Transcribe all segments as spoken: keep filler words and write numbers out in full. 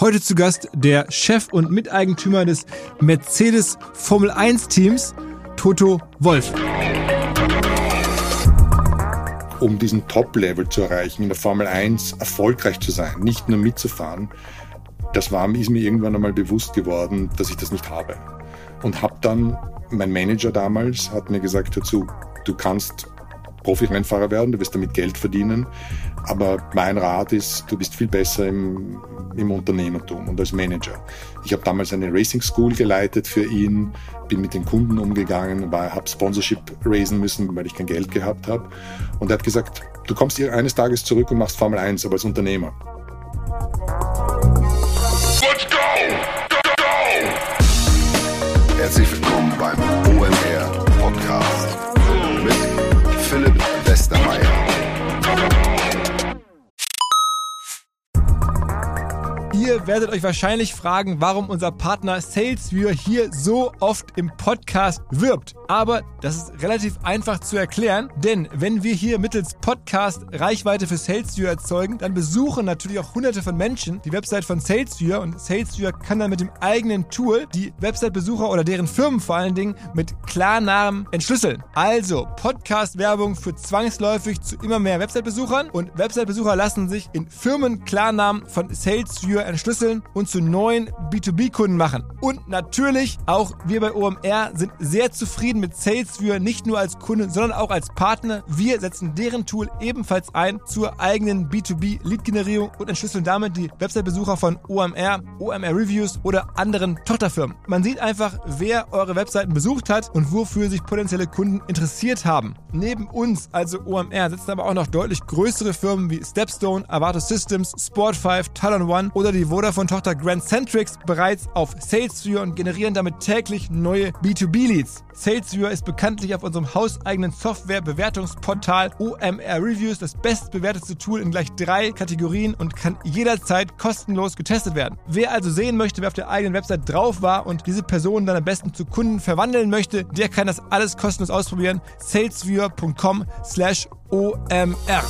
Heute zu Gast der Chef und Miteigentümer des Mercedes Formel eins Teams, Toto Wolff. Um diesen Top-Level zu erreichen, in der Formel eins erfolgreich zu sein, nicht nur mitzufahren, das war, ist mir irgendwann einmal bewusst geworden, dass ich das nicht habe. Und habe dann, mein Manager damals hat mir gesagt dazu, du kannst Profi-Rennfahrer werden, du wirst damit Geld verdienen, aber mein Rat ist, du bist viel besser im, im Unternehmertum und als Manager. Ich habe damals eine Racing School geleitet für ihn, bin mit den Kunden umgegangen, habe Sponsorship raisen müssen, weil ich kein Geld gehabt habe. Und er hat gesagt, du kommst eines Tages zurück und machst Formel eins, aber als Unternehmer. Let's go! Go, go, go! Herzlich willkommen beim O M R Podcast mit Philipp Westermeier. Ihr werdet euch wahrscheinlich fragen, warum unser Partner SalesViewer hier so oft im Podcast wirbt. Aber das ist relativ einfach zu erklären, denn wenn wir hier mittels Podcast Reichweite für SalesViewer erzeugen, dann besuchen natürlich auch hunderte von Menschen die Website von SalesViewer und SalesViewer kann dann mit dem eigenen Tool die Website-Besucher oder deren Firmen vor allen Dingen mit Klarnamen entschlüsseln. Also Podcast-Werbung führt zwangsläufig zu immer mehr Website-Besuchern und Website-Besucher lassen sich in Firmen-Klarnamen von SalesViewer entschlüsseln und zu neuen B zwei B Kunden machen. Und natürlich, auch wir bei O M R sind sehr zufrieden mit SalesViewer, nicht nur als Kunde, sondern auch als Partner. Wir setzen deren Tool ebenfalls ein zur eigenen B zwei B Lead-Generierung und entschlüsseln damit die Website-Besucher von O M R, O M R Reviews oder anderen Tochterfirmen. Man sieht einfach, wer eure Webseiten besucht hat und wofür sich potenzielle Kunden interessiert haben. Neben uns, also O M R, setzen aber auch noch deutlich größere Firmen wie Stepstone, Avato Systems, Sport fünf, Talon One oder die Vodafone-Tochter Grand Centrix bereits auf SalesViewer und generieren damit täglich neue B zwei B Leads. SalesViewer ist bekanntlich auf unserem hauseigenen Software-Bewertungsportal O M R Reviews das bestbewertete Tool in gleich drei Kategorien und kann jederzeit kostenlos getestet werden. Wer also sehen möchte, wer auf der eigenen Website drauf war und diese Person dann am besten zu Kunden verwandeln möchte, der kann das alles kostenlos ausprobieren. salesviewer punkt com slash O M R.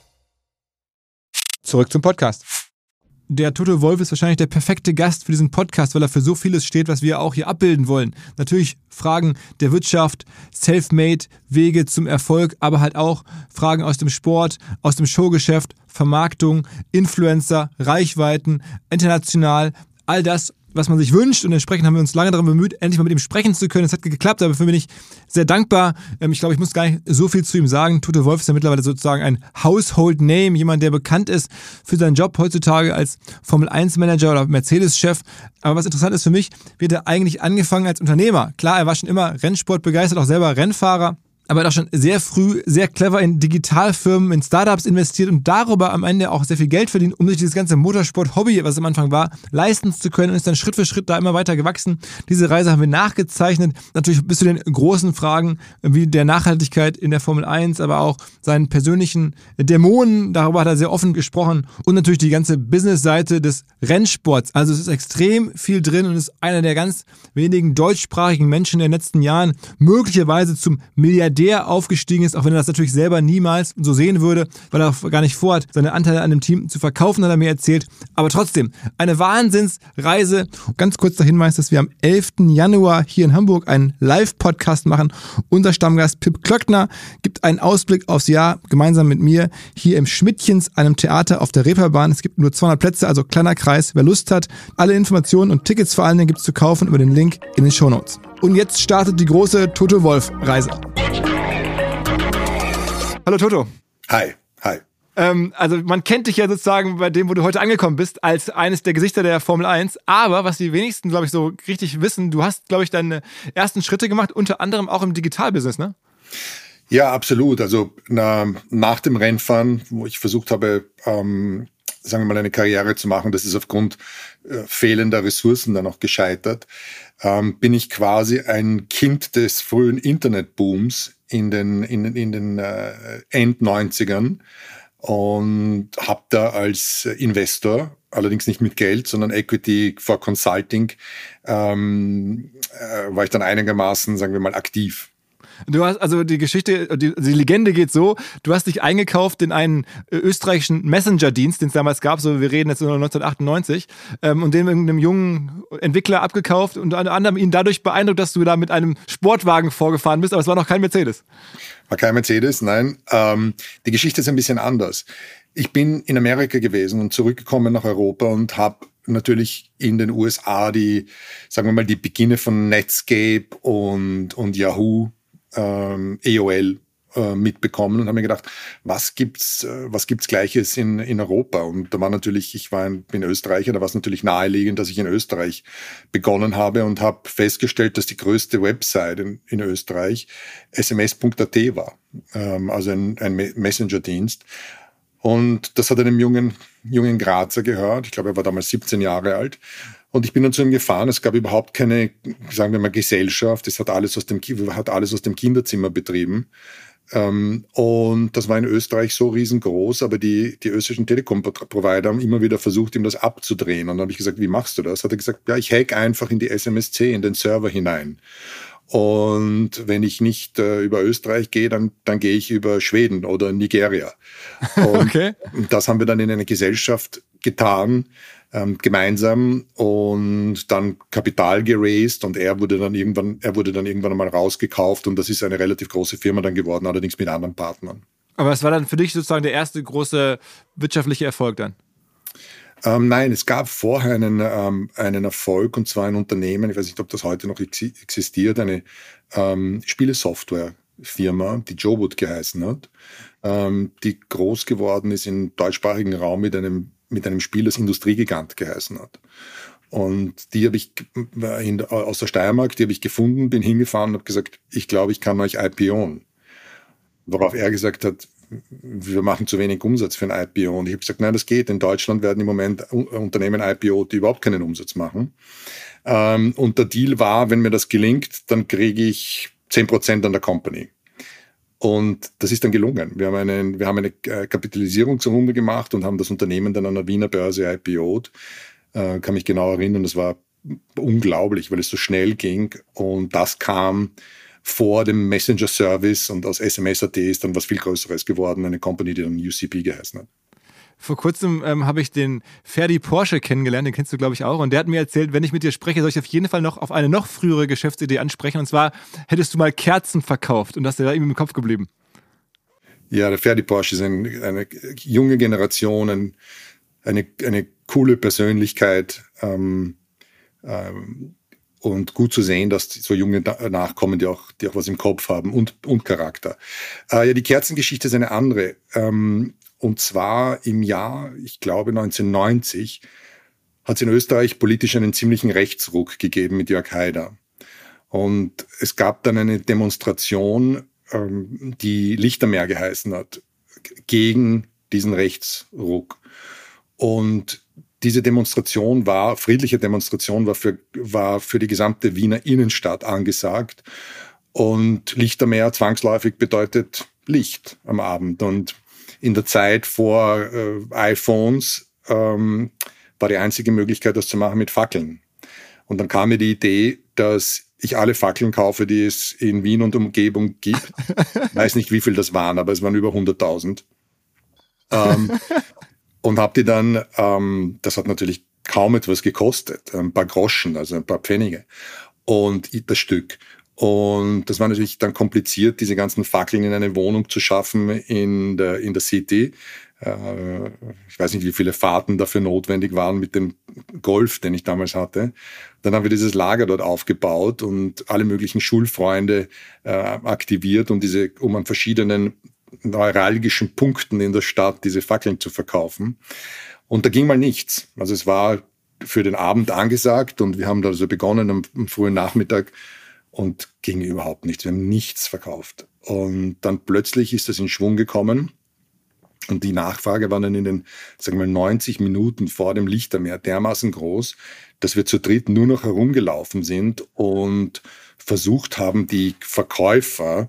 Zurück zum Podcast. Der Toto Wolff ist wahrscheinlich der perfekte Gast für diesen Podcast, weil er für so vieles steht, was wir auch hier abbilden wollen. Natürlich Fragen der Wirtschaft, Selfmade, Wege zum Erfolg, aber halt auch Fragen aus dem Sport, aus dem Showgeschäft, Vermarktung, Influencer, Reichweiten, international, all das, was man sich wünscht und entsprechend haben wir uns lange darum bemüht, endlich mal mit ihm sprechen zu können. Es hat geklappt, aber für mich sehr dankbar. Ich glaube, ich muss gar nicht so viel zu ihm sagen. Toto Wolff ist ja mittlerweile sozusagen ein Household Name, jemand, der bekannt ist für seinen Job heutzutage als Formel eins Manager oder Mercedes-Chef. Aber was interessant ist für mich, wird er eigentlich angefangen als Unternehmer. Klar, er war schon immer Rennsport begeistert, auch selber Rennfahrer. Aber er hat auch schon sehr früh, sehr clever in Digitalfirmen, in Startups investiert und darüber am Ende auch sehr viel Geld verdient, um sich dieses ganze Motorsport-Hobby, was am Anfang war, leisten zu können und ist dann Schritt für Schritt da immer weiter gewachsen. Diese Reise haben wir nachgezeichnet, natürlich bis zu den großen Fragen wie der Nachhaltigkeit in der Formel eins, aber auch seinen persönlichen Dämonen, darüber hat er sehr offen gesprochen und natürlich die ganze Business-Seite des Rennsports. Also es ist extrem viel drin und ist einer der ganz wenigen deutschsprachigen Menschen in den letzten Jahren möglicherweise zum Milliardär aufgestiegen ist, auch wenn er das natürlich selber niemals so sehen würde, weil er auch gar nicht vorhat, seine Anteile an dem Team zu verkaufen, hat er mir erzählt. Aber trotzdem, eine Wahnsinnsreise. Ganz kurz der Hinweis, dass wir am elften Januar hier in Hamburg einen Live-Podcast machen. Unser Stammgast Pip Klöckner gibt einen Ausblick aufs Jahr gemeinsam mit mir hier im Schmidtchens, einem Theater auf der Reeperbahn. Es gibt nur zweihundert Plätze, also kleiner Kreis. Wer Lust hat, alle Informationen und Tickets vor allen Dingen gibt es zu kaufen über den Link in den Shownotes. Und jetzt startet die große Toto Wolff-Reise. Hallo Toto. Hi, hi. Ähm, also man kennt dich ja sozusagen bei dem, wo du heute angekommen bist, als eines der Gesichter der Formel eins. Aber was die wenigsten, glaube ich, so richtig wissen, du hast, glaube ich, deine ersten Schritte gemacht, unter anderem auch im Digitalbusiness, ne? Ja, absolut. Also na, nach dem Rennfahren, wo ich versucht habe, ähm, sagen wir mal, eine Karriere zu machen, das ist aufgrund äh, fehlender Ressourcen dann auch gescheitert, ähm, bin ich quasi ein Kind des frühen Internetbooms in den, in, in den äh, End-neunzigern und habe da als Investor, allerdings nicht mit Geld, sondern Equity for Consulting, ähm, äh, war ich dann einigermaßen, sagen wir mal, aktiv. Du hast also die Geschichte, die, die Legende geht so, du hast dich eingekauft in einen österreichischen Messenger-Dienst, den es damals gab, so wir reden jetzt über neunzehnhundertachtundneunzig, ähm, und den einem jungen Entwickler abgekauft und unter anderem ihn dadurch beeindruckt, dass du da mit einem Sportwagen vorgefahren bist, aber es war noch kein Mercedes. War kein Mercedes, nein. Ähm, die Geschichte ist ein bisschen anders. Ich bin in Amerika gewesen und zurückgekommen nach Europa und habe natürlich in den U S A die, sagen wir mal, die Beginne von Netscape und, und Yahoo, ähm, A O L äh, mitbekommen und habe mir gedacht, was gibt's, äh, was gibt's Gleiches in, in Europa? Und da war natürlich, ich war in, bin Österreicher, da war es natürlich naheliegend, dass ich in Österreich begonnen habe und habe festgestellt, dass die größte Website in, in Österreich S M S Punkt A T war, ähm, also ein, ein Messenger-Dienst. Und das hat einem jungen, jungen Grazer gehört. Ich glaube, er war damals siebzehn Jahre alt. Und ich bin dann zu ihm gefahren. Es gab überhaupt keine, sagen wir mal, Gesellschaft. Es hat alles aus dem, hat alles aus dem Kinderzimmer betrieben. Und das war in Österreich so riesengroß, aber die, die österreichischen Telekom-Provider haben immer wieder versucht, ihm das abzudrehen. Und dann habe ich gesagt, wie machst du das? Hat er gesagt, ja, ich hack einfach in die S M S C, in den Server hinein. Und wenn ich nicht äh, über Österreich gehe, dann, dann gehe ich über Schweden oder Nigeria. Und okay. Das haben wir dann in eine Gesellschaft getan, ähm, gemeinsam, und dann Kapital geraced, und er wurde dann irgendwann, er wurde dann irgendwann einmal rausgekauft, und das ist eine relativ große Firma dann geworden, allerdings mit anderen Partnern. Aber es war dann für dich sozusagen der erste große wirtschaftliche Erfolg dann? Ähm, nein, es gab vorher einen, ähm, einen Erfolg, und zwar ein Unternehmen, ich weiß nicht, ob das heute noch ex- existiert, eine ähm, Spielesoftwarefirma, die Jowood geheißen hat, ähm, die groß geworden ist im deutschsprachigen Raum mit einem, mit einem Spiel, das Industriegigant geheißen hat. Und die habe ich in, aus der Steiermark, die habe ich gefunden, bin hingefahren und habe gesagt, ich glaube, ich kann euch I P O'n. Worauf er gesagt hat, wir machen zu wenig Umsatz für ein I P O. Und ich habe gesagt, nein, das geht. In Deutschland werden im Moment Unternehmen I P O, die überhaupt keinen Umsatz machen. Ähm, und der Deal war, wenn mir das gelingt, dann kriege ich zehn Prozent an der Company. Und das ist dann gelungen. Wir haben eine, wir haben eine Kapitalisierungsrunde gemacht und haben das Unternehmen dann an der Wiener Börse I P O'd. Äh, kann mich genau erinnern, das war unglaublich, weil es so schnell ging. Und das kam vor dem Messenger-Service, und aus S M S Punkt A T ist dann was viel Größeres geworden, eine Company, die dann U C P geheißen hat. Vor kurzem ähm, habe ich den Ferdi Porsche kennengelernt, den kennst du, glaube ich, auch. Und der hat mir erzählt, wenn ich mit dir spreche, soll ich auf jeden Fall noch auf eine noch frühere Geschäftsidee ansprechen. Und zwar hättest du mal Kerzen verkauft, und das ist dir da irgendwie im Kopf geblieben. Ja, der Ferdi Porsche ist ein, eine junge Generation, ein, eine, eine coole Persönlichkeit, ähm, ähm, und gut zu sehen, dass so junge Nachkommen, die auch, die auch was im Kopf haben und, und Charakter. Äh, ja, die Kerzengeschichte ist eine andere. Ähm, und zwar im Jahr, ich glaube neunzehnhundertneunzig, hat es in Österreich politisch einen ziemlichen Rechtsruck gegeben mit Jörg Haider. Und es gab dann eine Demonstration, ähm, die Lichtermeer geheißen hat, gegen diesen Rechtsruck. Und diese Demonstration war, friedliche Demonstration war für, war für die gesamte Wiener Innenstadt angesagt. Und Lichtermeer zwangsläufig bedeutet Licht am Abend. Und in der Zeit vor äh, iPhones ähm, war die einzige Möglichkeit, das zu machen mit Fackeln. Und dann kam mir die Idee, dass ich alle Fackeln kaufe, die es in Wien und Umgebung gibt. Ich weiß nicht, wie viel das waren, aber es waren über hunderttausend. Ähm, Und habe die dann, ähm, das hat natürlich kaum etwas gekostet, ein paar Groschen, also ein paar Pfennige, und das Stück. Und das war natürlich dann kompliziert, diese ganzen Fackeln in eine Wohnung zu schaffen in der, in der City. Äh, ich weiß nicht, wie viele Fahrten dafür notwendig waren mit dem Golf, den ich damals hatte. Dann haben wir dieses Lager dort aufgebaut und alle möglichen Schulfreunde äh, aktiviert, um diese, um an verschiedenen neuralgischen Punkten in der Stadt diese Fackeln zu verkaufen. Und da ging mal nichts. Also es war für den Abend angesagt, und wir haben da also begonnen am, am frühen Nachmittag, und ging überhaupt nichts. Wir haben nichts verkauft. Und dann plötzlich ist das in Schwung gekommen, und die Nachfrage war dann in den, sagen wir mal, neunzig Minuten vor dem Lichtermeer dermaßen groß, dass wir zu dritt nur noch herumgelaufen sind und versucht haben, die Verkäufer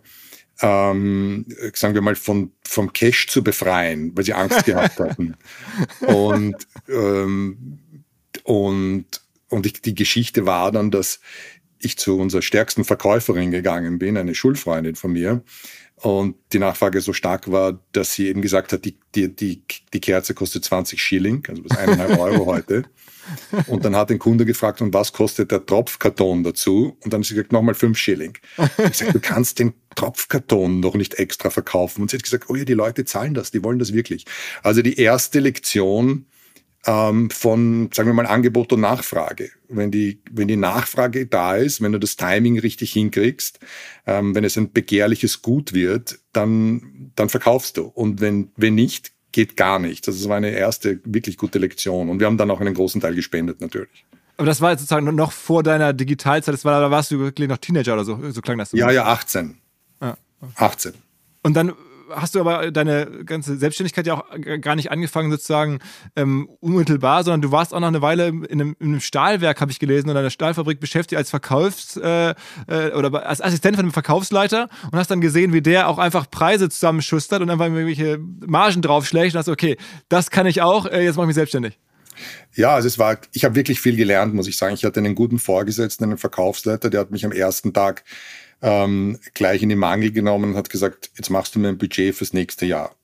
Ähm, sagen wir mal, von, vom Cash zu befreien, weil sie Angst gehabt hatten. Und, ähm, und, und ich, die Geschichte war dann, dass ich zu unserer stärksten Verkäuferin gegangen bin, eine Schulfreundin von mir, und die Nachfrage so stark war, dass sie eben gesagt hat, die, die, die, die Kerze kostet zwanzig Schilling, also das ist eineinhalb Euro heute. Und dann hat ein Kunde gefragt, und was kostet der Tropfkarton dazu? Und dann hat sie gesagt, nochmal fünf Schilling. Ich habe gesagt, du kannst den Tropfkarton noch nicht extra verkaufen. Und sie hat gesagt, oh ja, die Leute zahlen das, die wollen das wirklich. Also die erste Lektion ähm, von, sagen wir mal, Angebot und Nachfrage. Wenn die, wenn die Nachfrage da ist, wenn du das Timing richtig hinkriegst, ähm, wenn es ein begehrliches Gut wird, dann, dann verkaufst du. Und wenn, wenn nicht, geht gar nicht. Das war eine erste wirklich gute Lektion. Und wir haben dann auch einen großen Teil gespendet, natürlich. Aber das war jetzt sozusagen noch vor deiner Digitalzeit, das war, da warst du wirklich noch Teenager oder so, so klang das. Ja, ja, achtzehn. Ah. achtzehn. Und dann hast du aber deine ganze Selbstständigkeit ja auch gar nicht angefangen sozusagen ähm, unmittelbar, sondern du warst auch noch eine Weile in einem, in einem Stahlwerk, habe ich gelesen, oder einer Stahlfabrik beschäftigt als Verkaufs- äh, äh, oder als Assistent von einem Verkaufsleiter und hast dann gesehen, wie der auch einfach Preise zusammenschustert und einfach irgendwelche Margen draufschlägt und hast okay, das kann ich auch, äh, jetzt mache ich mich selbstständig. Ja, also es war, ich habe wirklich viel gelernt, muss ich sagen. Ich hatte einen guten Vorgesetzten, einen Verkaufsleiter, der hat mich am ersten Tag ähm, gleich in den Mangel genommen und hat gesagt, jetzt machst du mir ein Budget fürs nächste Jahr.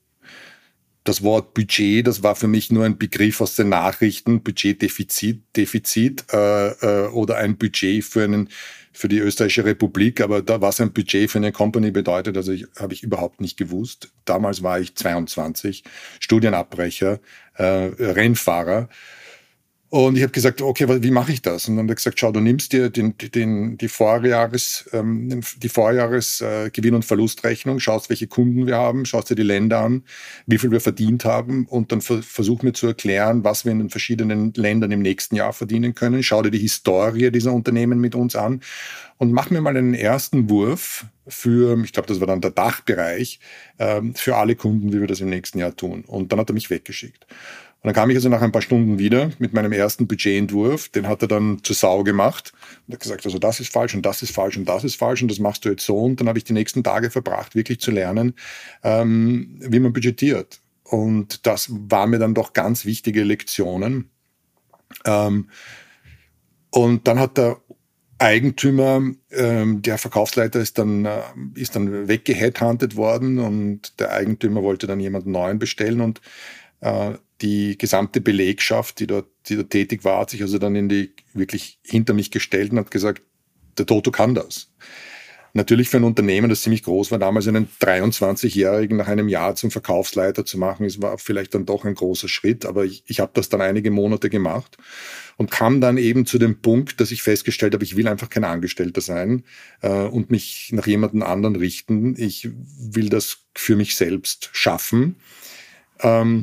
Das Wort Budget, das war für mich nur ein Begriff aus den Nachrichten, Budgetdefizit, Defizit, äh, äh, oder ein Budget für einen für die Österreichische Republik, aber da was ein Budget für eine Company bedeutet, also ich, habe ich überhaupt nicht gewusst. Damals war ich zweiundzwanzig, Studienabbrecher, äh, Rennfahrer. Und ich habe gesagt, okay, wie mache ich das? Und dann hat er gesagt, schau, du nimmst dir den, den, die Vorjahres, ähm, die Vorjahres äh, Gewinn- und Verlustrechnung, schaust, welche Kunden wir haben, schaust dir die Länder an, wie viel wir verdient haben und dann ver- versuch mir zu erklären, was wir in den verschiedenen Ländern im nächsten Jahr verdienen können. Schau dir die Historie dieser Unternehmen mit uns an und mach mir mal einen ersten Wurf für, ich glaube, das war dann der Dachbereich, ähm, für alle Kunden, wie wir das im nächsten Jahr tun. Und dann hat er mich weggeschickt. Und dann kam ich also nach ein paar Stunden wieder mit meinem ersten Budgetentwurf. Den hat er dann zur Sau gemacht und hat gesagt, also das ist falsch und das ist falsch und das ist falsch und das machst du jetzt so. Und dann habe ich die nächsten Tage verbracht, wirklich zu lernen, ähm, wie man budgetiert. Und das waren mir dann doch ganz wichtige Lektionen. Ähm, und dann hat der Eigentümer, ähm, der Verkaufsleiter ist dann, äh, ist dann weggeheadhuntet worden und der Eigentümer wollte dann jemanden neuen bestellen und äh, die gesamte Belegschaft, die dort, die dort tätig war, hat sich also dann in die, wirklich hinter mich gestellt und hat gesagt, der Toto kann das. Natürlich für ein Unternehmen, das ziemlich groß war, damals einen dreiundzwanzigjährigen nach einem Jahr zum Verkaufsleiter zu machen, es war vielleicht dann doch ein großer Schritt, aber ich, ich habe das dann einige Monate gemacht und kam dann eben zu dem Punkt, dass ich festgestellt habe, ich will einfach kein Angestellter sein äh, und mich nach jemandem anderen richten. Ich will das für mich selbst schaffen. Ähm,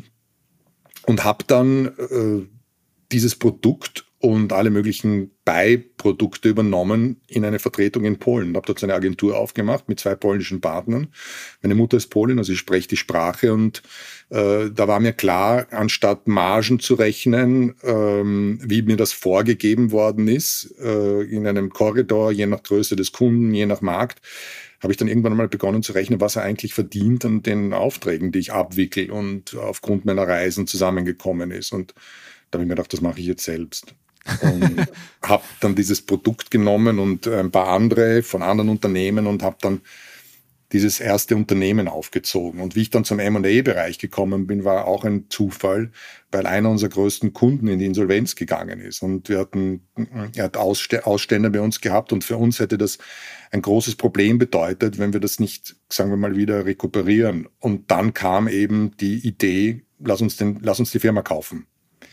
Und habe dann äh, dieses Produkt und alle möglichen Beiprodukte übernommen in eine Vertretung in Polen. Habe dort so eine Agentur aufgemacht mit zwei polnischen Partnern. Meine Mutter ist Polin, also ich spreche die Sprache. Und äh, da war mir klar, anstatt Margen zu rechnen, ähm, wie mir das vorgegeben worden ist, äh, in einem Korridor, je nach Größe des Kunden, je nach Markt, habe ich dann irgendwann mal begonnen zu rechnen, was er eigentlich verdient an den Aufträgen, die ich abwickle und aufgrund meiner Reisen zusammengekommen ist. Und da habe ich mir gedacht, das mache ich jetzt selbst. Und habe dann dieses Produkt genommen und ein paar andere von anderen Unternehmen und habe dann dieses erste Unternehmen aufgezogen. Und wie ich dann zum M und A-Bereich gekommen bin, war auch ein Zufall, weil einer unserer größten Kunden in die Insolvenz gegangen ist. Und wir hatten, er hat Ausstände bei uns gehabt und für uns hätte das ein großes Problem bedeutet, wenn wir das nicht, sagen wir mal, wieder rekuperieren. Und dann kam eben die Idee, lass uns, den, lass uns die Firma kaufen.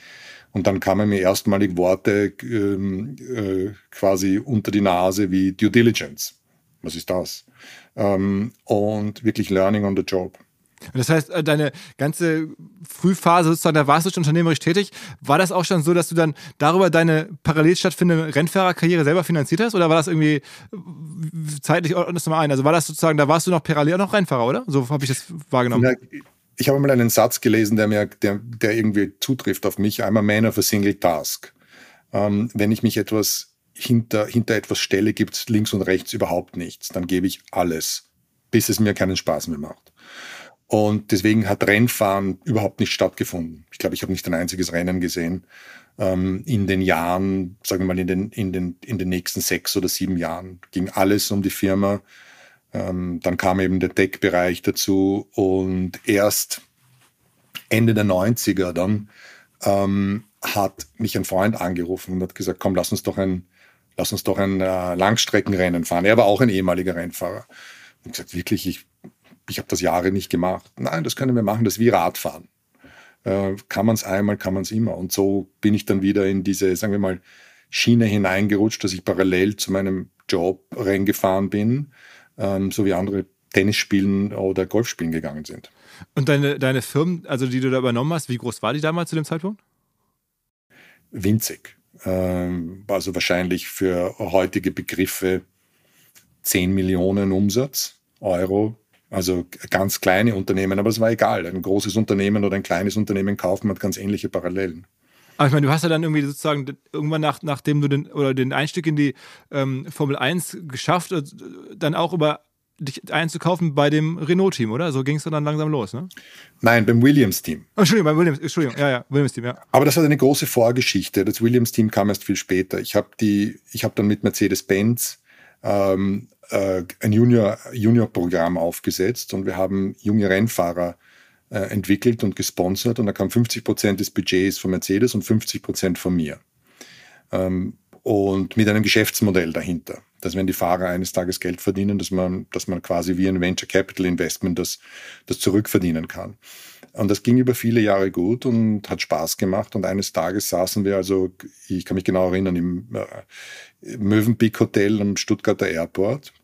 Und dann kamen mir erstmalig Worte ähm, äh, quasi unter die Nase wie Due Diligence. Was ist das? Ähm, und wirklich Learning on the Job. Das heißt, deine ganze Frühphase sozusagen, da warst du schon unternehmerisch tätig. War das auch schon so, dass du dann darüber deine parallel stattfindende Rennfahrerkarriere selber finanziert hast? Oder war das irgendwie zeitlich, ordne das mal ein, also war das sozusagen, da warst du noch parallel auch noch Rennfahrer, oder? So habe ich das wahrgenommen. Na, ich habe mal einen Satz gelesen, der mir, der, der irgendwie zutrifft auf mich. I'm a man of a single task. Ähm, wenn ich mich etwas hinter, hinter etwas stelle, gibt es links und rechts überhaupt nichts. Dann gebe ich alles, bis es mir keinen Spaß mehr macht. Und deswegen hat Rennfahren überhaupt nicht stattgefunden. Ich glaube, ich habe nicht ein einziges Rennen gesehen. Ähm, in den Jahren, sagen wir mal in den, in, den, in den nächsten sechs oder sieben Jahren ging alles um die Firma. Ähm, dann kam eben der Tech-Bereich dazu und erst Ende der neunziger dann ähm, hat mich ein Freund angerufen und hat gesagt, komm, lass uns doch ein, lass uns doch ein äh, Langstreckenrennen fahren. Er war auch ein ehemaliger Rennfahrer. Und gesagt, wirklich, ich, ich habe das Jahre nicht gemacht. Nein, das können wir machen, das ist wie Radfahren. Äh, kann man es einmal, kann man es immer. Und so bin ich dann wieder in diese, sagen wir mal, Schiene hineingerutscht, dass ich parallel zu meinem Job Rennen gefahren bin, ähm, so wie andere Tennis spielen oder Golf spielen gegangen sind. Und deine, deine Firmen, also die du da übernommen hast, wie groß war die damals zu dem Zeitpunkt? Winzig. Ähm, also wahrscheinlich für heutige Begriffe zehn Millionen Umsatz, Euro. Also ganz kleine Unternehmen, aber es war egal. Ein großes Unternehmen oder ein kleines Unternehmen kaufen hat ganz ähnliche Parallelen. Aber ich meine, du hast ja dann irgendwie sozusagen irgendwann nach, nachdem du den, oder den Einstieg in die ähm, Formel eins geschafft, dann auch über dich einzukaufen bei dem Renault-Team, oder? So ging es dann langsam los, ne? Nein, beim Williams-Team. Oh, Entschuldigung, beim Williams, Entschuldigung, ja, ja, Williams-Team, ja. Aber das hat eine große Vorgeschichte. Das Williams-Team kam erst viel später. Ich habe die, ich habe dann mit Mercedes-Benz ähm, äh, ein Junior, Junior-Programm aufgesetzt und wir haben junge Rennfahrer äh, entwickelt und gesponsert und da kam fünfzig Prozent des Budgets von Mercedes und fünfzig Prozent von mir. Ähm, und mit einem Geschäftsmodell dahinter, dass wenn die Fahrer eines Tages Geld verdienen, dass man, dass man quasi wie ein Venture Capital Investment das, das zurückverdienen kann. Und das ging über viele Jahre gut und hat Spaß gemacht. Und eines Tages saßen wir, also ich kann mich genau erinnern, im äh, Mövenpick Hotel am Stuttgarter Airport,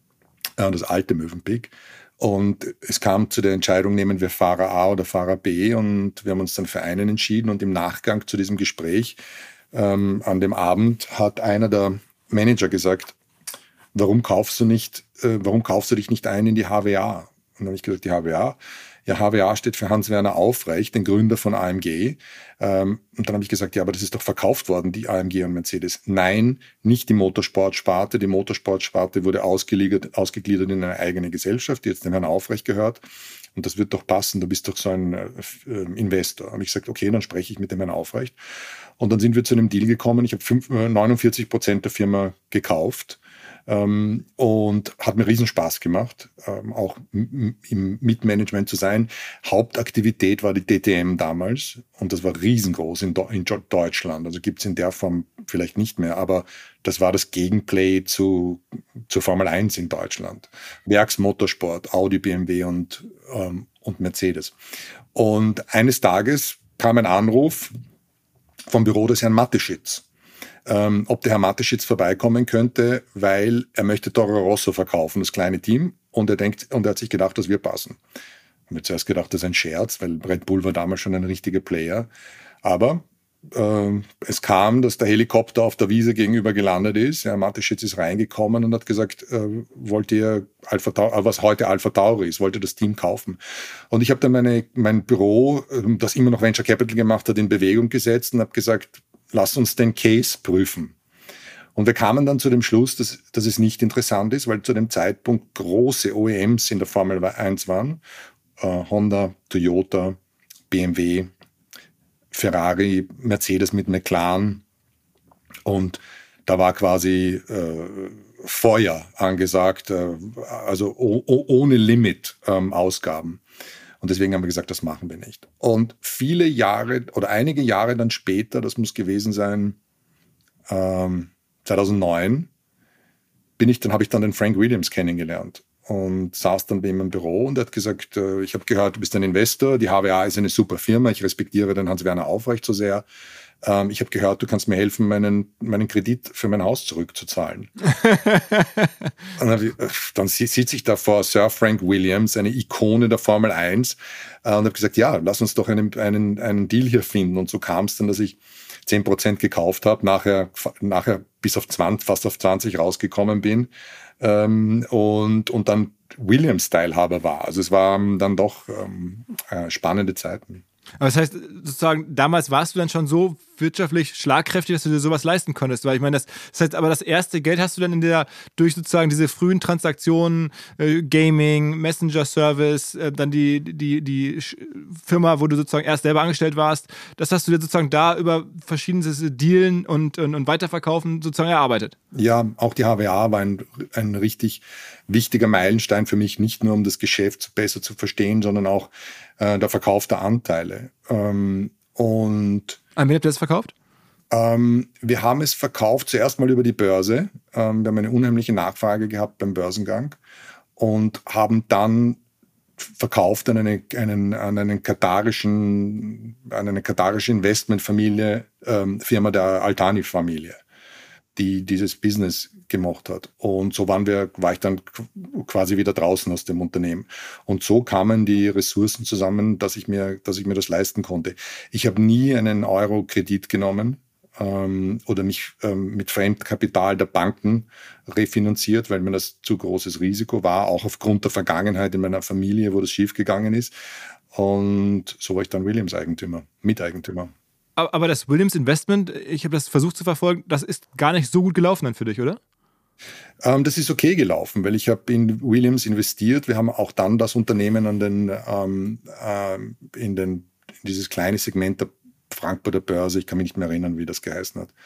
äh, das alte Mövenpick. Und es kam zu der Entscheidung, nehmen wir Fahrer A oder Fahrer B. Und wir haben uns dann für einen entschieden. Und im Nachgang zu diesem Gespräch ähm, an dem Abend hat einer der Manager gesagt, warum kaufst du nicht, äh, warum kaufst du dich nicht ein in die H W A? Und dann habe ich gesagt, die H W A? Ja, H W A steht für Hans-Werner Aufrecht, den Gründer von A M G. Ähm, und dann habe ich gesagt, ja, aber das ist doch verkauft worden, die A M G und Mercedes. Nein, nicht die Motorsportsparte. Die Motorsportsparte wurde ausgegliedert, ausgegliedert in eine eigene Gesellschaft, die jetzt dem Herrn Aufrecht gehört. Und das wird doch passen, du bist doch so ein äh, Investor. Und ich gesagt, okay, dann spreche ich mit dem Herrn Aufrecht. Und dann sind wir zu einem Deal gekommen. Ich habe neunundvierzig Prozent der Firma gekauft. Ähm, und hat mir riesen Spaß gemacht, ähm, auch m- im Mitmanagement zu sein. Hauptaktivität war die D T M damals und das war riesengroß in, Do- in Deutschland. Also gibt es in der Form vielleicht nicht mehr, aber das war das Gegenplay zu, zur Formel eins in Deutschland. Werksmotorsport, Audi, B M W und, ähm, und Mercedes. Und eines Tages kam ein Anruf vom Büro des Herrn Mateschitz. Ähm, ob der Herr Mateschitz vorbeikommen könnte, weil er möchte Toro Rosso verkaufen, das kleine Team, und er denkt, und er hat sich gedacht, das wird passen. Ich habe mir zuerst gedacht, das ist ein Scherz, weil Red Bull war damals schon ein richtiger Player. Aber äh, es kam, dass der Helikopter auf der Wiese gegenüber gelandet ist. Herr Mateschitz ist reingekommen und hat gesagt, äh, wollt ihr Alpha Tauri, was heute Alpha Tauri ist, wollt ihr das Team kaufen? Und ich habe dann meine, mein Büro, das immer noch Venture Capital gemacht hat, in Bewegung gesetzt und habe gesagt, lass uns den Case prüfen. Und wir kamen dann zu dem Schluss, dass, dass es nicht interessant ist, weil zu dem Zeitpunkt große O E Ms in der Formel eins waren. Äh, Honda, Toyota, B M W, Ferrari, Mercedes mit McLaren. Und da war quasi äh, Feuer angesagt, äh, also o- o- ohne Limit ähm, Ausgaben. Und deswegen haben wir gesagt, das machen wir nicht. Und viele Jahre oder einige Jahre dann später, das muss gewesen sein, ähm, zweitausendneun, bin ich, dann habe ich dann den Frank Williams kennengelernt und saß dann bei ihm im Büro und er hat gesagt, äh, ich habe gehört, du bist ein Investor, die H W A ist eine super Firma, ich respektiere den Hans-Werner Aufrecht so sehr. Ähm, ich habe gehört, du kannst mir helfen, meinen, meinen Kredit für mein Haus zurückzuzahlen. Und dann, dann sitze ich da vor Sir Frank Williams, eine Ikone der Formel eins, äh, und habe gesagt, ja, lass uns doch einen, einen, einen Deal hier finden. Und so kam es dann, dass ich zehn Prozent gekauft habe, nachher, nachher bis auf zwanzig, fast auf zwanzig rausgekommen bin ähm, und, und dann Williams-Teilhaber war. Also es waren dann doch ähm, äh, spannende Zeiten. Aber das heißt, sozusagen, damals warst du dann schon so wirtschaftlich schlagkräftig, dass du dir sowas leisten konntest. Weil ich meine, das, das heißt, aber das erste Geld hast du dann in der, durch sozusagen diese frühen Transaktionen, äh, Gaming, Messenger-Service, äh, dann die, die, die Firma, wo du sozusagen erst selber angestellt warst, das hast du dir sozusagen da über verschiedene Dealen und, und, und Weiterverkaufen sozusagen erarbeitet. Ja, auch die H W A war ein, ein richtig wichtiger Meilenstein für mich, nicht nur um das Geschäft besser zu verstehen, sondern auch äh, der Verkauf der Anteile. Ähm, und An wen habt ihr das verkauft? Ähm, wir haben es verkauft zuerst mal über die Börse. Ähm, wir haben eine unheimliche Nachfrage gehabt beim Börsengang und haben dann verkauft an eine, einen, an einen katarischen, an eine katarische Investmentfamilie, ähm, Firma der Altani-Familie, die dieses Business gemacht hat. Und so waren wir, war ich dann quasi wieder draußen aus dem Unternehmen. Und so kamen die Ressourcen zusammen, dass ich mir, dass ich mir das leisten konnte. Ich habe nie einen Euro Kredit genommen ähm, oder mich ähm, mit Fremdkapital der Banken refinanziert, weil mir das zu großes Risiko war, auch aufgrund der Vergangenheit in meiner Familie, wo das schiefgegangen ist. Und so war ich dann Williams-Eigentümer, Miteigentümer. Aber das Williams Investment, ich habe das versucht zu verfolgen, das ist gar nicht so gut gelaufen dann für dich, oder? Ähm, das ist okay gelaufen, weil ich habe in Williams investiert. Wir haben auch dann das Unternehmen an den, ähm, ähm, in, den, in dieses kleine Segment der Frankfurter Börse, ich kann mich nicht mehr erinnern, wie das geheißen hat,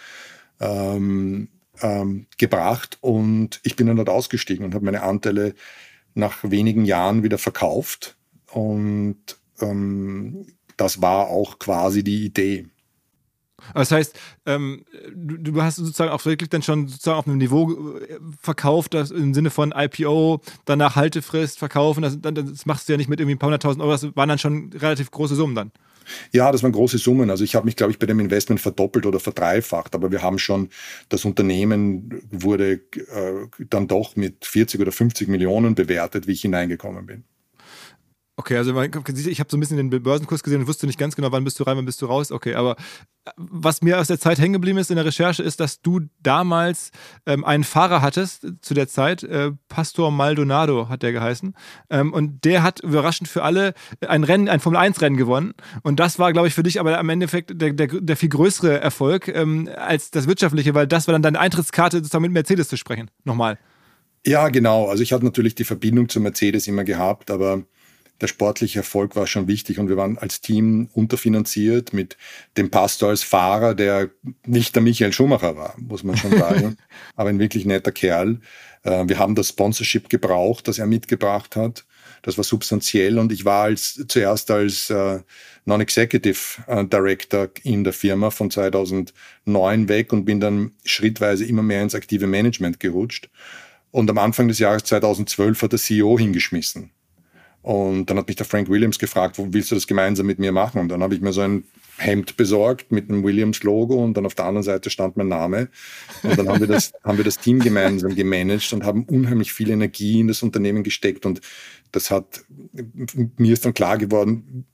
ähm, ähm, gebracht. Und ich bin dann dort ausgestiegen und habe meine Anteile nach wenigen Jahren wieder verkauft. Und ähm, das war auch quasi die Idee. Das heißt, ähm, du, du hast sozusagen auch wirklich dann schon sozusagen auf einem Niveau verkauft, das im Sinne von I P O, danach Haltefrist, verkaufen, das, das machst du ja nicht mit irgendwie ein paar hunderttausend Euro, das waren dann schon relativ große Summen dann. Ja, das waren große Summen. Also ich habe mich, glaube ich, bei dem Investment verdoppelt oder verdreifacht, aber wir haben schon, das Unternehmen wurde äh, dann doch mit vierzig oder fünfzig Millionen bewertet, wie ich hineingekommen bin. Okay, also ich habe so ein bisschen den Börsenkurs gesehen und wusste nicht ganz genau, wann bist du rein, wann bist du raus. Okay, aber was mir aus der Zeit hängen geblieben ist in der Recherche, ist, dass du damals ähm, einen Fahrer hattest zu der Zeit, äh, Pastor Maldonado hat der geheißen, ähm, und der hat überraschend für alle ein Rennen, ein Formel eins Rennen gewonnen und das war, glaube ich, für dich aber am Endeffekt der, der, der viel größere Erfolg ähm, als das wirtschaftliche, weil das war dann deine Eintrittskarte, sozusagen mit Mercedes zu sprechen. Nochmal. Ja, genau. Also ich hatte natürlich die Verbindung zu Mercedes immer gehabt, aber der sportliche Erfolg war schon wichtig und wir waren als Team unterfinanziert mit dem Pastor als Fahrer, der nicht der Michael Schumacher war, muss man schon sagen, aber ein wirklich netter Kerl. Wir haben das Sponsorship gebraucht, das er mitgebracht hat. Das war substanziell und ich war als, zuerst als äh, Non-Executive äh, Director in der Firma von zweitausendneun weg und bin dann schrittweise immer mehr ins aktive Management gerutscht. Und am Anfang des Jahres zweitausendzwölf hat der C E O hingeschmissen. Und dann hat mich der Frank Williams gefragt, wo willst du das gemeinsam mit mir machen? Und dann habe ich mir so ein Hemd besorgt mit einem Williams-Logo und dann auf der anderen Seite stand mein Name. Und dann haben wir das, haben wir das Team gemeinsam gemanagt und haben unheimlich viel Energie in das Unternehmen gesteckt. Und das hat, mir ist dann klar geworden,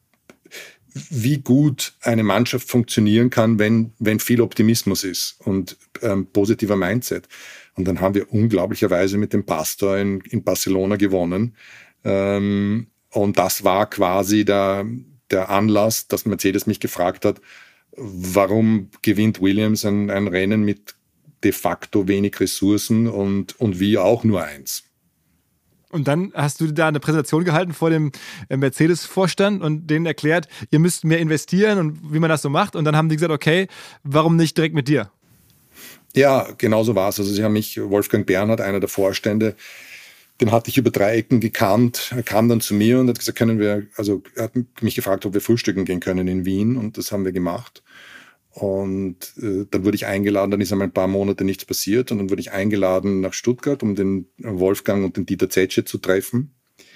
wie gut eine Mannschaft funktionieren kann, wenn, wenn viel Optimismus ist und ähm, positiver Mindset. Und dann haben wir unglaublicherweise mit dem Pastor in, in Barcelona gewonnen. Ähm, und das war quasi der, der Anlass, dass Mercedes mich gefragt hat, warum gewinnt Williams ein, ein Rennen mit de facto wenig Ressourcen und, und wir auch nur eins. Und dann hast du da eine Präsentation gehalten vor dem Mercedes-Vorstand und denen erklärt, ihr müsst mehr investieren und wie man das so macht. Und dann haben die gesagt, okay, warum nicht direkt mit dir? Ja, genau so war es. Also sie haben mich, Wolfgang Bernhard, einer der Vorstände, den hatte ich über drei Ecken gekannt. Er kam dann zu mir und hat gesagt, können wir, also er hat mich gefragt, ob wir frühstücken gehen können in Wien und das haben wir gemacht. Und äh, dann wurde ich eingeladen, dann ist einmal ein paar Monate nichts passiert und dann wurde ich eingeladen nach Stuttgart, um den Wolfgang und den Dieter Zetsche zu treffen.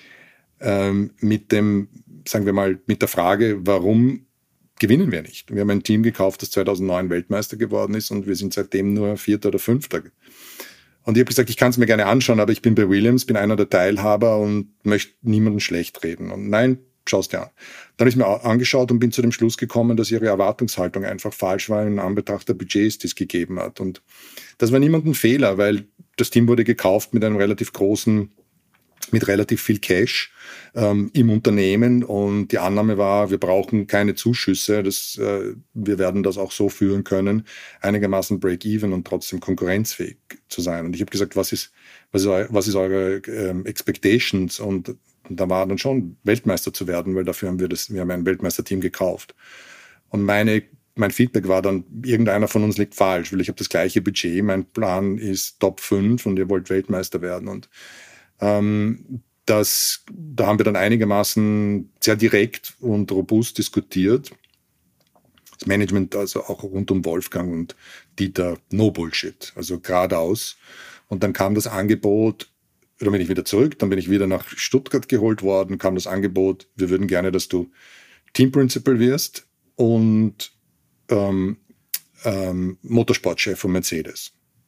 Ähm, mit dem, sagen wir mal, mit der Frage, warum gewinnen wir nicht? Wir haben ein Team gekauft, das zweitausendneun Weltmeister geworden ist und wir sind seitdem nur Vierter oder Fünfter. Und ich habe gesagt, ich kann es mir gerne anschauen, aber ich bin bei Williams, bin einer der Teilhaber und möchte niemanden schlecht reden. Und nein, schau's dir an. Dann habe ich mir angeschaut und bin zu dem Schluss gekommen, dass ihre Erwartungshaltung einfach falsch war in Anbetracht der Budgets, die es gegeben hat. Und das war niemand ein Fehler, weil das Team wurde gekauft mit einem relativ großen mit relativ viel Cash ähm, im Unternehmen, und die Annahme war, wir brauchen keine Zuschüsse, das, äh, wir werden das auch so führen können, einigermaßen break-even und trotzdem konkurrenzfähig zu sein. Und ich habe gesagt, was ist, was ist, eu- was ist eure ähm, Expectations? Und, und da war dann schon, Weltmeister zu werden, weil dafür haben wir das, wir haben ein Weltmeisterteam gekauft. Und meine Mein Feedback war dann, irgendeiner von uns liegt falsch, weil ich habe das gleiche Budget, mein Plan ist Top fünf und ihr wollt Weltmeister werden. Und ähm, das, da haben wir dann einigermaßen sehr direkt und robust diskutiert. Das Management, also auch rund um Wolfgang und Dieter, no Bullshit, also geradeaus. Und dann kam das Angebot, dann bin ich wieder zurück, dann bin ich wieder nach Stuttgart geholt worden, kam das Angebot, wir würden gerne, dass du Team Principal wirst und ähm, ähm, Motorsportchef von Mercedes.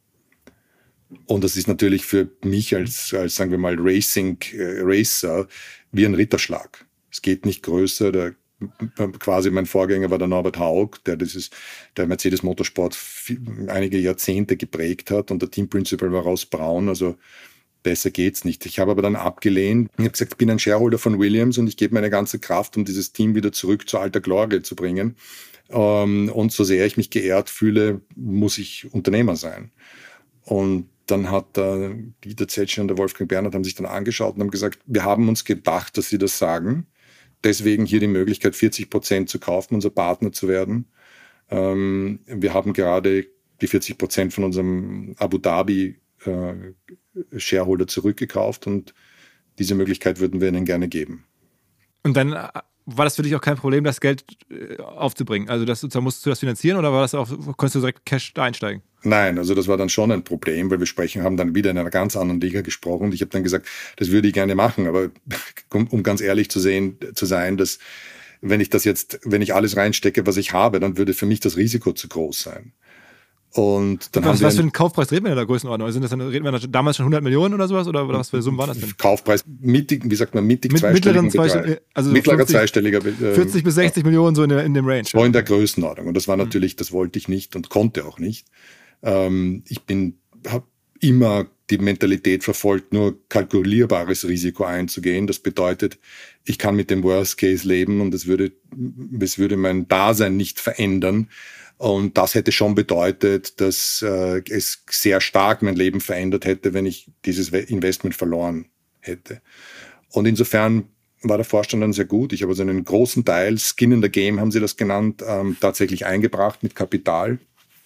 Und das ist natürlich für mich als, als sagen wir mal, Racing äh, Racer wie ein Ritterschlag. Es geht nicht größer. Der, quasi mein Vorgänger war der Norbert Haug, der dieses, der Mercedes Motorsport viel, einige Jahrzehnte geprägt hat, und der Team Principal war Ross Braun. Also besser geht's nicht. Ich habe aber dann abgelehnt. Ich habe gesagt, ich bin ein Shareholder von Williams und ich gebe meine ganze Kraft, um dieses Team wieder zurück zur alter Glorie zu bringen. Um, und so sehr ich mich geehrt fühle, muss ich Unternehmer sein. Und dann hat der Dieter Zetsche und der Wolfgang Bernhard haben sich dann angeschaut und haben gesagt, wir haben uns gedacht, dass sie das sagen. Deswegen hier die Möglichkeit, vierzig Prozent zu kaufen, unser Partner zu werden. Um, wir haben gerade die vierzig Prozent von unserem Abu Dhabi äh, Shareholder zurückgekauft, und diese Möglichkeit würden wir ihnen gerne geben. Und dann war das für dich auch kein Problem, das Geld äh, aufzubringen? Also das, sozusagen, musstest du das finanzieren, oder war das auch, konntest du direkt Cash da einsteigen? Nein, also das war dann schon ein Problem, weil wir sprechen, haben dann wieder in einer ganz anderen Liga gesprochen, und ich habe dann gesagt, das würde ich gerne machen, aber um, um ganz ehrlich zu sehen, zu sein, dass wenn ich das jetzt, wenn ich alles reinstecke, was ich habe, dann würde für mich das Risiko zu groß sein. Und dann was, haben wir was für einen Kaufpreis reden wir in der Größenordnung? Sind das dann, reden wir da damals schon hundert Millionen oder sowas? Oder was für Summen waren das denn? Kaufpreis mittig, wie sagt man, mittig Mit, zweistelligen zweistellig, also mittlerer fünfzig, zweistelliger äh, vierzig bis sechzig äh, Millionen so in, der, in dem Range. So in der Größenordnung. Und das war natürlich, mhm. das wollte ich nicht und konnte auch nicht. Ähm, ich bin, habe immer die Mentalität verfolgt, nur kalkulierbares Risiko einzugehen. Das bedeutet, ich kann mit dem Worst Case leben, und es würde, es würde mein Dasein nicht verändern. Und das hätte schon bedeutet, dass äh, es sehr stark mein Leben verändert hätte, wenn ich dieses Investment verloren hätte. Und insofern war der Vorstand dann sehr gut. Ich habe also einen großen Teil, Skin in the Game haben sie das genannt, ähm, tatsächlich eingebracht mit Kapital.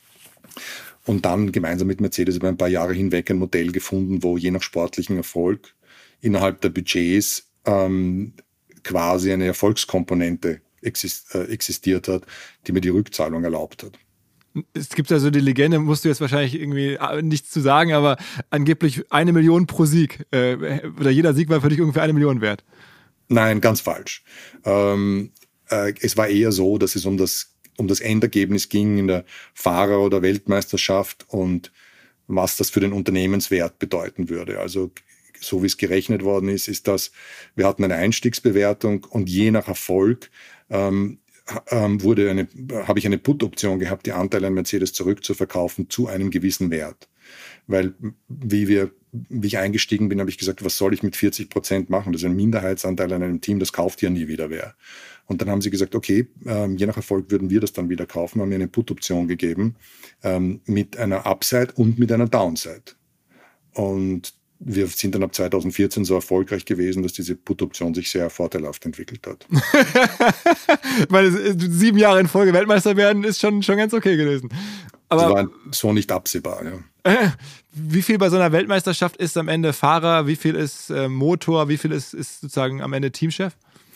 Und dann gemeinsam mit Mercedes über ein paar Jahre hinweg ein Modell gefunden, wo je nach sportlichen Erfolg innerhalb der Budgets ähm, quasi eine Erfolgskomponente existiert hat, die mir die Rückzahlung erlaubt hat. Es gibt also die Legende, musst du jetzt wahrscheinlich irgendwie nichts zu sagen, aber angeblich eine Million pro Sieg. Äh, oder jeder Sieg war für dich ungefähr eine Million wert. Nein, ganz falsch. Ähm, äh, es war eher so, dass es um das, um das Endergebnis ging in der Fahrer- oder Weltmeisterschaft und was das für den Unternehmenswert bedeuten würde. Also so wie es gerechnet worden ist, ist das, wir hatten eine Einstiegsbewertung, und je nach Erfolg ähm, ähm, wurde eine, habe ich eine Put-Option gehabt, die Anteile an Mercedes zurückzuverkaufen zu einem gewissen Wert. Weil, wie wir, wie ich eingestiegen bin, habe ich gesagt, was soll ich mit vierzig Prozent machen? Das ist ein Minderheitsanteil an einem Team, das kauft ja nie wieder wer. Und dann haben sie gesagt, okay, ähm, je nach Erfolg würden wir das dann wieder kaufen, haben mir eine Put-Option gegeben, ähm, mit einer Upside und mit einer Downside. Und wir sind dann ab zweitausendvierzehn so erfolgreich gewesen, dass diese Put-Option sich sehr vorteilhaft entwickelt hat. Ich meine, sieben Jahre in Folge Weltmeister werden ist schon, schon ganz okay gewesen. Aber das war so nicht absehbar, ja. Wie viel bei so einer Weltmeisterschaft ist am Ende Fahrer, wie viel ist äh, Motor, wie viel ist, ist sozusagen am Ende Teamchef?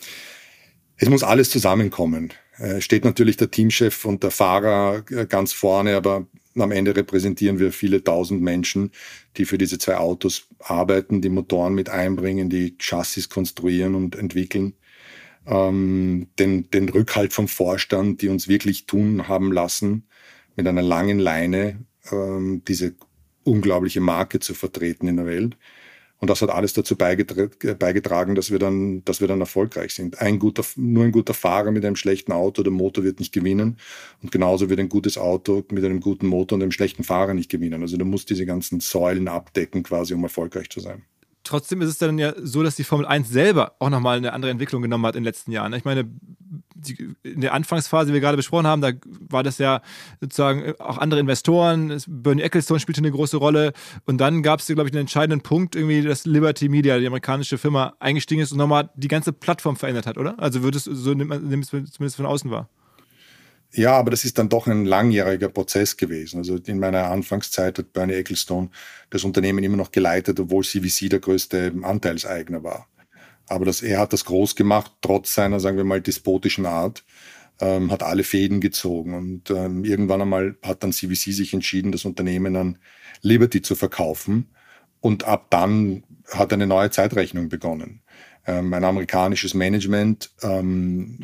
Es muss alles zusammenkommen. Äh, steht natürlich der Teamchef und der Fahrer äh, ganz vorne, aber am Ende repräsentieren wir viele tausend Menschen, die für diese zwei Autos arbeiten, die Motoren mit einbringen, die Chassis konstruieren und entwickeln. Ähm, den, den Rückhalt vom Vorstand, die uns wirklich tun haben lassen, mit einer langen Leine ähm, diese unglaubliche Marke zu vertreten in der Welt. Und das hat alles dazu beigetra- beigetragen, dass wir dann, dass wir dann erfolgreich sind. Ein guter, nur ein guter Fahrer mit einem schlechten Auto, der Motor wird nicht gewinnen. Und genauso wird ein gutes Auto mit einem guten Motor und einem schlechten Fahrer nicht gewinnen. Also du musst diese ganzen Säulen abdecken, quasi, um erfolgreich zu sein. trotzdem ist es dann ja so, dass die Formel eins selber auch nochmal eine andere Entwicklung genommen hat in den letzten Jahren. Ich meine, die, in der Anfangsphase, die wir gerade besprochen haben, da war das ja sozusagen auch andere Investoren, Bernie Ecclestone spielte eine große Rolle und dann gab es, glaube ich, einen entscheidenden Punkt, irgendwie, dass Liberty Media, die amerikanische Firma, eingestiegen ist und nochmal die ganze Plattform verändert hat, oder? Also wird es, so nimmt man nimmt es zumindest von außen wahr. Ja, aber das ist dann doch ein langjähriger Prozess gewesen. Also in meiner Anfangszeit hat Bernie Ecclestone das Unternehmen immer noch geleitet, obwohl C V C der größte Anteilseigner war. Aber das, er hat das groß gemacht, trotz seiner, sagen wir mal, despotischen Art, ähm, hat alle Fäden gezogen. Und ähm, irgendwann einmal hat dann C V C sich entschieden, das Unternehmen an Liberty zu verkaufen. Und ab dann hat eine neue Zeitrechnung begonnen. Ähm, ein amerikanisches Management, ähm,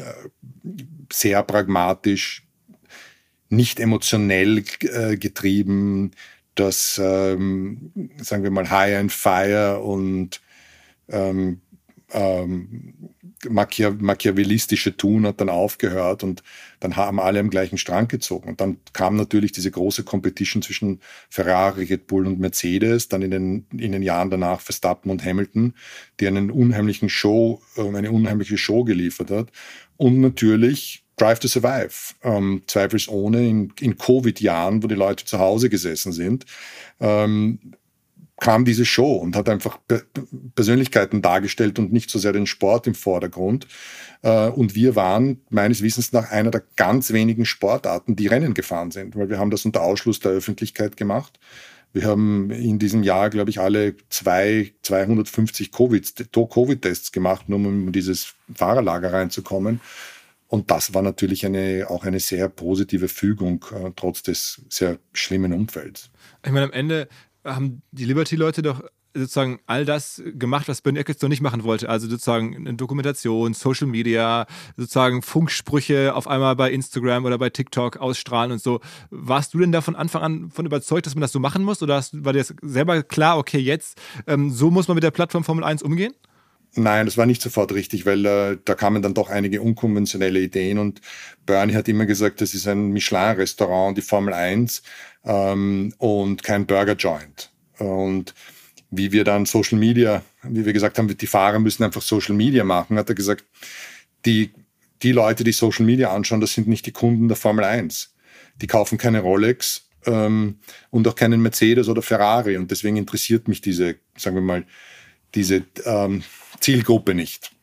sehr pragmatisch, nicht emotionell äh, getrieben, das, ähm, sagen wir mal, High and Fire und ähm, ähm, Machiav- machiavellistische Tun hat dann aufgehört und dann haben alle am gleichen Strang gezogen. Und dann kam natürlich diese große Competition zwischen Ferrari, Red Bull und Mercedes, dann in den, in den Jahren danach Verstappen und Hamilton, die einen unheimlichen Show, eine unheimliche Show geliefert hat. Und natürlich Drive to Survive, ähm, zweifelsohne in, in Covid-Jahren, wo die Leute zu Hause gesessen sind, ähm, kam diese Show und hat einfach Pe- Persönlichkeiten dargestellt und nicht so sehr den Sport im Vordergrund. Äh, und wir waren meines Wissens nach einer der ganz wenigen Sportarten, die Rennen gefahren sind, weil wir haben das unter Ausschluss der Öffentlichkeit gemacht. Wir haben in diesem Jahr, glaube ich, alle zwei, zweihundertfünfzig Covid, Covid-Tests gemacht, nur um in dieses Fahrerlager reinzukommen. Und das war natürlich eine, auch eine sehr positive Fügung, äh, trotz des sehr schlimmen Umfelds. Ich meine, am Ende haben die Liberty-Leute doch sozusagen all das gemacht, was Bernie Ecclestone nicht machen wollte. Also sozusagen eine Dokumentation, Social Media, sozusagen Funksprüche auf einmal bei Instagram oder bei TikTok ausstrahlen und so. Warst du denn da von Anfang an von überzeugt, dass man das so machen muss? Oder hast, war dir das selber klar, okay, jetzt, ähm, so muss man mit der Plattform Formel eins umgehen? Nein, das war nicht sofort richtig, weil äh, da kamen dann doch einige unkonventionelle Ideen und Bernie hat immer gesagt, das ist ein Michelin-Restaurant, die Formel eins ähm, und kein Burger-Joint. Und wie wir dann Social Media, wie wir gesagt haben, die Fahrer müssen einfach Social Media machen, hat er gesagt, die, die Leute, die Social Media anschauen, das sind nicht die Kunden der Formel eins. Die kaufen keine Rolex ähm, und auch keinen Mercedes oder Ferrari und deswegen interessiert mich diese, sagen wir mal, diese ähm, Zielgruppe nicht.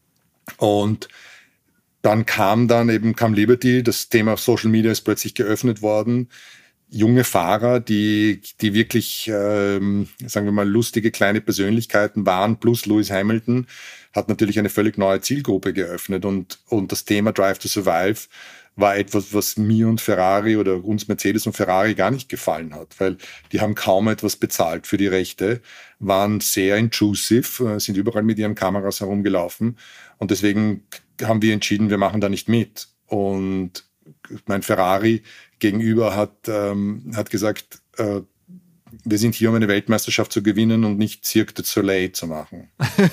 Und dann kam dann eben, kam Liberty, das Thema Social Media ist plötzlich geöffnet worden. Junge Fahrer, die, die wirklich, ähm, sagen wir mal, lustige kleine Persönlichkeiten waren, plus Lewis Hamilton, hat natürlich eine völlig neue Zielgruppe geöffnet. Und, und das Thema Drive to Survive war etwas, was mir und Ferrari oder uns Mercedes und Ferrari gar nicht gefallen hat, weil die haben kaum etwas bezahlt für die Rechte, waren sehr intrusive, sind überall mit ihren Kameras herumgelaufen und deswegen haben wir entschieden, wir machen da nicht mit. Und mein Ferrari gegenüber hat, ähm, hat gesagt, äh, wir sind hier, um eine Weltmeisterschaft zu gewinnen und nicht Cirque du Soleil zu machen.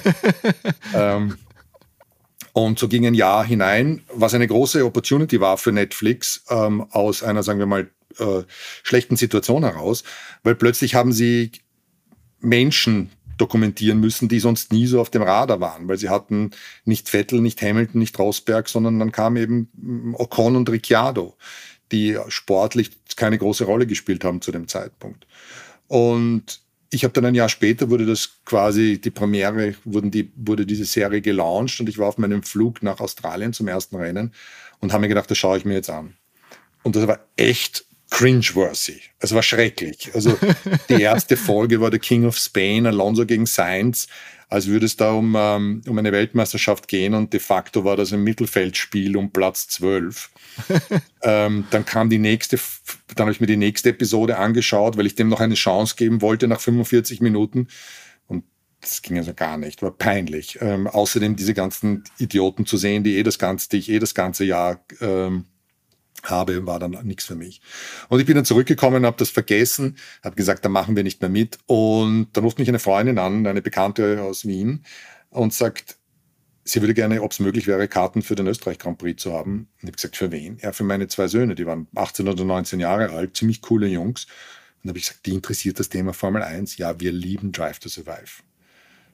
ähm, Und so ging ein Jahr hinein, was eine große Opportunity war für Netflix, ähm, aus einer, sagen wir mal, äh, schlechten Situation heraus, weil plötzlich haben sie Menschen dokumentieren müssen, die sonst nie so auf dem Radar waren, weil sie hatten nicht Vettel, nicht Hamilton, nicht Rosberg, sondern dann kam eben Ocon und Ricciardo, die sportlich keine große Rolle gespielt haben zu dem Zeitpunkt. Und ich habe dann ein Jahr später, wurde das quasi, die Premiere, wurden die, wurde diese Serie gelauncht und ich war auf meinem Flug nach Australien zum ersten Rennen und habe mir gedacht, das schaue ich mir jetzt an. Und das war echt cringeworthy. Es war schrecklich. Also die erste Folge war The King of Spain, Alonso gegen Sainz, als würde es da um, um eine Weltmeisterschaft gehen und de facto war das ein Mittelfeldspiel um Platz zwölf. ähm, dann kam die nächste, dann habe ich mir die nächste Episode angeschaut, weil ich dem noch eine Chance geben wollte nach fünfundvierzig Minuten und das ging also gar nicht, war peinlich. Ähm, außerdem diese ganzen Idioten zu sehen, die eh das ganze, die ich eh das ganze Jahr ähm, habe, war dann nichts für mich. Und ich bin dann zurückgekommen, habe das vergessen, habe gesagt, da machen wir nicht mehr mit. Und dann ruft mich eine Freundin an, eine Bekannte aus Wien, und sagt, sie würde gerne, ob es möglich wäre, Karten für den Österreich Grand Prix zu haben. Und ich habe gesagt, für wen? Ja, für meine zwei Söhne, die waren achtzehn oder neunzehn Jahre alt, ziemlich coole Jungs. Und dann habe ich gesagt, die interessiert das Thema Formel eins. Ja, wir lieben Drive to Survive.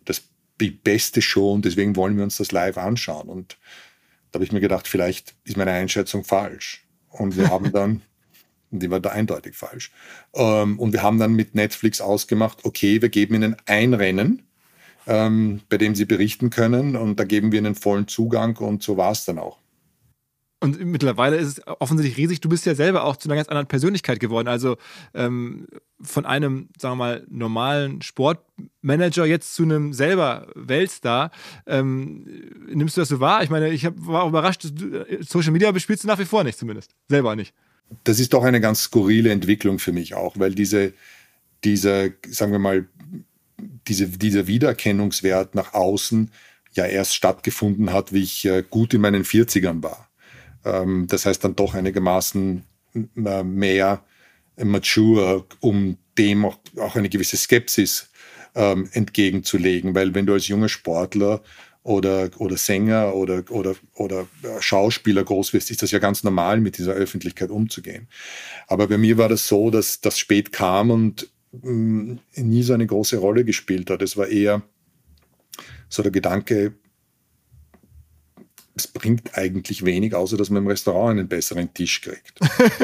die beste Show und deswegen wollen wir uns das live anschauen. Und da habe ich mir gedacht, vielleicht ist meine Einschätzung falsch. Und wir haben dann, die war da eindeutig falsch, ähm, und wir haben dann mit Netflix ausgemacht, okay, wir geben ihnen ein Rennen, ähm, bei dem sie berichten können und da geben wir ihnen vollen Zugang und so war es dann auch. Und mittlerweile ist es offensichtlich riesig. Du bist ja selber auch zu einer ganz anderen Persönlichkeit geworden. Also ähm, von einem, sagen wir mal, normalen Sportmanager jetzt zu einem selber Weltstar. Ähm, nimmst du das so wahr? Ich meine, ich hab, war auch überrascht, Social Media bespielst du nach wie vor nicht zumindest. Selber nicht. Das ist doch eine ganz skurrile Entwicklung für mich auch, weil diese, diese sagen wir mal, diese, dieser Wiedererkennungswert nach außen ja erst stattgefunden hat, wie ich äh, gut in meinen vierzigern war. Das heißt dann doch einigermaßen mehr mature, um dem auch, auch eine gewisse Skepsis ähm, entgegenzulegen. Weil wenn du als junger Sportler oder, oder Sänger oder, oder, oder Schauspieler groß wirst, ist das ja ganz normal, mit dieser Öffentlichkeit umzugehen. Aber bei mir war das so, dass das spät kam und mh, nie so eine große Rolle gespielt hat. Es war eher so der Gedanke, es bringt eigentlich wenig, außer dass man im Restaurant einen besseren Tisch kriegt.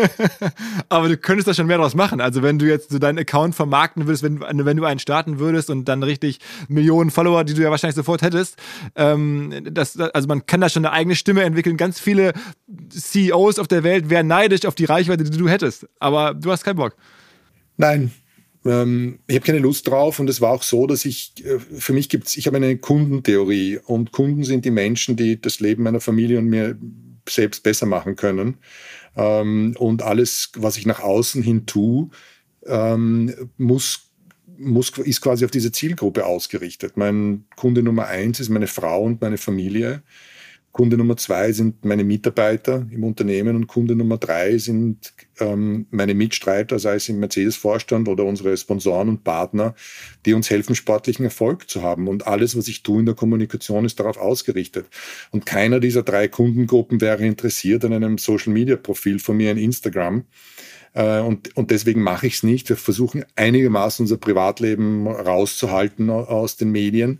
Aber du könntest da schon mehr draus machen. Also wenn du jetzt so deinen Account vermarkten würdest, wenn, wenn du einen starten würdest und dann richtig Millionen Follower, die du ja wahrscheinlich sofort hättest, ähm, das, also man kann da schon eine eigene Stimme entwickeln. Ganz viele C E Os auf der Welt wären neidisch auf die Reichweite, die du hättest. Aber du hast keinen Bock. Nein. Ähm, ich habe keine Lust drauf und es war auch so, dass ich, äh, für mich gibt's, ich habe eine Kundentheorie und Kunden sind die Menschen, die das Leben meiner Familie und mir selbst besser machen können. Ähm, und alles, was ich nach außen hin tue, ähm, muss, muss, ist quasi auf diese Zielgruppe ausgerichtet. Mein Kunde Nummer eins ist meine Frau und meine Familie. Kunde Nummer zwei sind meine Mitarbeiter im Unternehmen und Kunde Nummer drei sind ähm, meine Mitstreiter, sei es im Mercedes-Vorstand oder unsere Sponsoren und Partner, die uns helfen, sportlichen Erfolg zu haben. Und alles, was ich tue in der Kommunikation, ist darauf ausgerichtet. Und keiner dieser drei Kundengruppen wäre interessiert an einem Social-Media-Profil von mir in Instagram. Äh, und, und deswegen mache ich es nicht. Wir versuchen einigermaßen unser Privatleben rauszuhalten aus den Medien.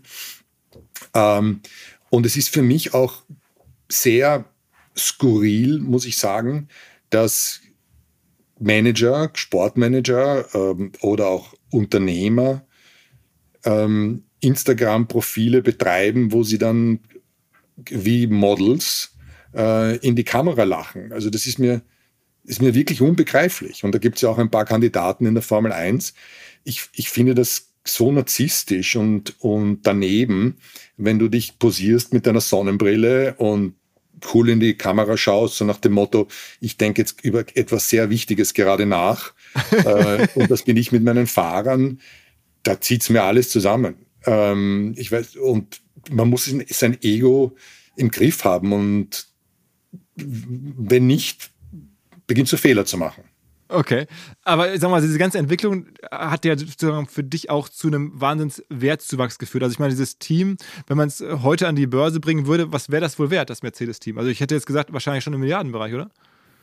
Ähm, und es ist für mich auch sehr skurril, muss ich sagen, dass Manager, Sportmanager ähm, oder auch Unternehmer ähm, Instagram-Profile betreiben, wo sie dann wie Models äh, in die Kamera lachen. Also das ist mir, ist mir wirklich unbegreiflich. Und da gibt es ja auch ein paar Kandidaten in der Formel eins. Ich, ich finde das so narzisstisch und, und daneben, wenn du dich posierst mit deiner Sonnenbrille und cool in die Kamera schaust, so nach dem Motto, ich denke jetzt über etwas sehr Wichtiges gerade nach äh, und das bin ich mit meinen Fahrern, da zieht's mir alles zusammen. Ähm, ich weiß, und man muss sein Ego im Griff haben und wenn nicht, beginnt du Fehler zu machen. Okay, aber sag mal, diese ganze Entwicklung hat ja sozusagen für dich auch zu einem Wahnsinnswertzuwachs geführt. Also ich meine, dieses Team, wenn man es heute an die Börse bringen würde, was wäre das wohl wert, das Mercedes-Team? Also ich hätte jetzt gesagt, wahrscheinlich schon im Milliardenbereich, oder?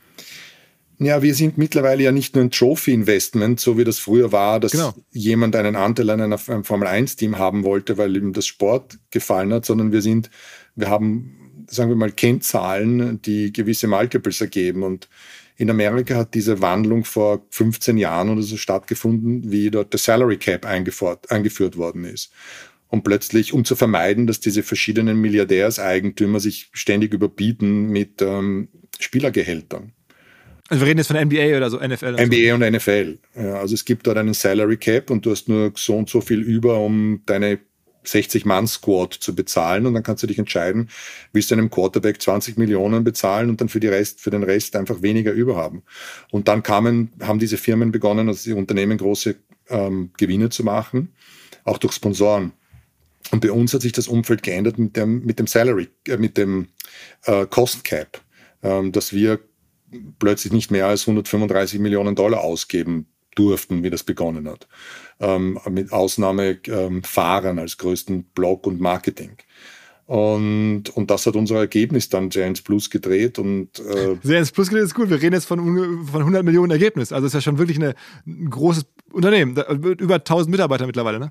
Ja, wir sind mittlerweile ja nicht nur ein Trophy-Investment, so wie das früher war, dass genau. jemand einen Anteil an einem Formel eins Team haben wollte, weil ihm das Sport gefallen hat, sondern wir sind, wir haben, sagen wir mal, Kennzahlen, die gewisse Multiples ergeben. Und in Amerika hat diese Wandlung vor fünfzehn Jahren oder so stattgefunden, wie dort der Salary Cap eingeführt, eingeführt worden ist. Und plötzlich, um zu vermeiden, dass diese verschiedenen Milliardärseigentümer sich ständig überbieten mit ähm, Spielergehältern. Also wir reden jetzt von N B A oder so, N F L? N B A und N F L. Ja, also es gibt dort einen Salary Cap und du hast nur so und so viel über, um deine sechzig-Mann-Squad zu bezahlen und dann kannst du dich entscheiden, willst du einem Quarterback zwanzig Millionen bezahlen und dann für, die Rest, für den Rest einfach weniger über haben. Und dann kamen, haben diese Firmen begonnen, also die Unternehmen große ähm, Gewinne zu machen, auch durch Sponsoren. Und bei uns hat sich das Umfeld geändert mit dem, mit dem Salary, äh, mit dem äh, Cost Cap, ähm, dass wir plötzlich nicht mehr als hundertfünfunddreißig Millionen Dollar ausgeben durften, wie das begonnen hat. Ähm, mit Ausnahme ähm, Fahrern als größten Block und Marketing. Und, und das hat unser Ergebnis dann sehr ins Plus gedreht. Und, äh sehr ins Plus gedreht ist gut. Wir reden jetzt von, von hundert Millionen Ergebnis. Also ist ja schon wirklich eine, ein großes Unternehmen. Über tausend Mitarbeiter mittlerweile, ne?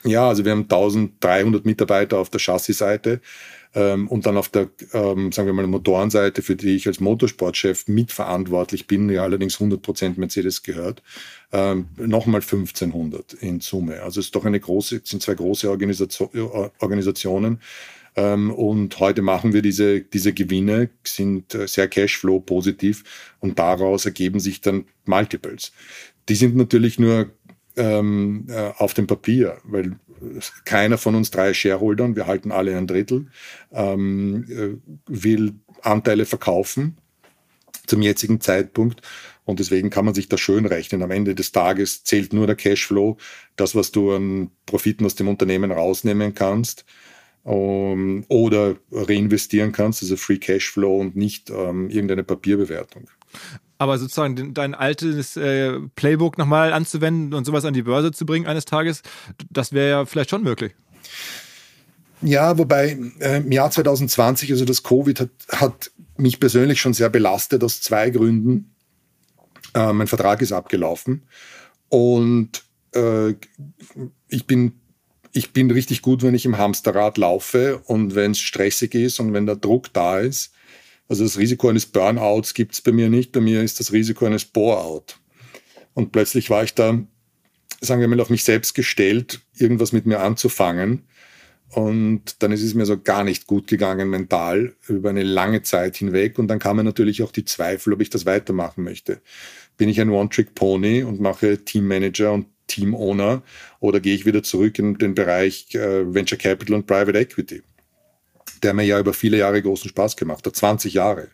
Ja, also wir haben eintausenddreihundert Mitarbeiter auf der Chassis-Seite ähm, und dann auf der, ähm, sagen wir mal, Motorenseite, für die ich als Motorsportchef mitverantwortlich bin, ja allerdings hundert Prozent Mercedes gehört, ähm, nochmal fünfzehnhundert in Summe. Also es ist doch eine große, sind zwei große Organisation, Organisationen. Ähm, und heute machen wir diese, diese Gewinne, sind äh, sehr Cashflow positiv und daraus ergeben sich dann Multiples. Die sind natürlich nur ähm, äh, auf dem Papier, weil keiner von uns drei Shareholdern, wir halten alle ein Drittel, ähm, äh, will Anteile verkaufen zum jetzigen Zeitpunkt. Und deswegen kann man sich das schön rechnen. Am Ende des Tages zählt nur der Cashflow, das, was du an Profiten aus dem Unternehmen rausnehmen kannst um, oder reinvestieren kannst, also Free Cashflow und nicht ähm, irgendeine Papierbewertung. Aber sozusagen dein altes äh, Playbook nochmal anzuwenden und sowas an die Börse zu bringen eines Tages, das wäre ja vielleicht schon möglich. Ja, wobei äh, im Jahr zwanzig zwanzig, also das Covid hat, hat mich persönlich schon sehr belastet aus zwei Gründen. Äh, mein Vertrag ist abgelaufen und äh, ich bin ich bin richtig gut, wenn ich im Hamsterrad laufe und wenn es stressig ist und wenn der Druck da ist. Also das Risiko eines Burnouts gibt es bei mir nicht. Bei mir ist das Risiko eines Bore-out. Und plötzlich war ich da, sagen wir mal, auf mich selbst gestellt, irgendwas mit mir anzufangen. Und dann ist es mir so gar nicht gut gegangen mental über eine lange Zeit hinweg. Und dann kamen natürlich auch die Zweifel, ob ich das weitermachen möchte. Bin ich ein One-Trick-Pony und mache Teammanager und Team-Owner oder gehe ich wieder zurück in den Bereich äh, Venture Capital und Private Equity, der mir ja über viele Jahre großen Spaß gemacht hat, zwanzig Jahre.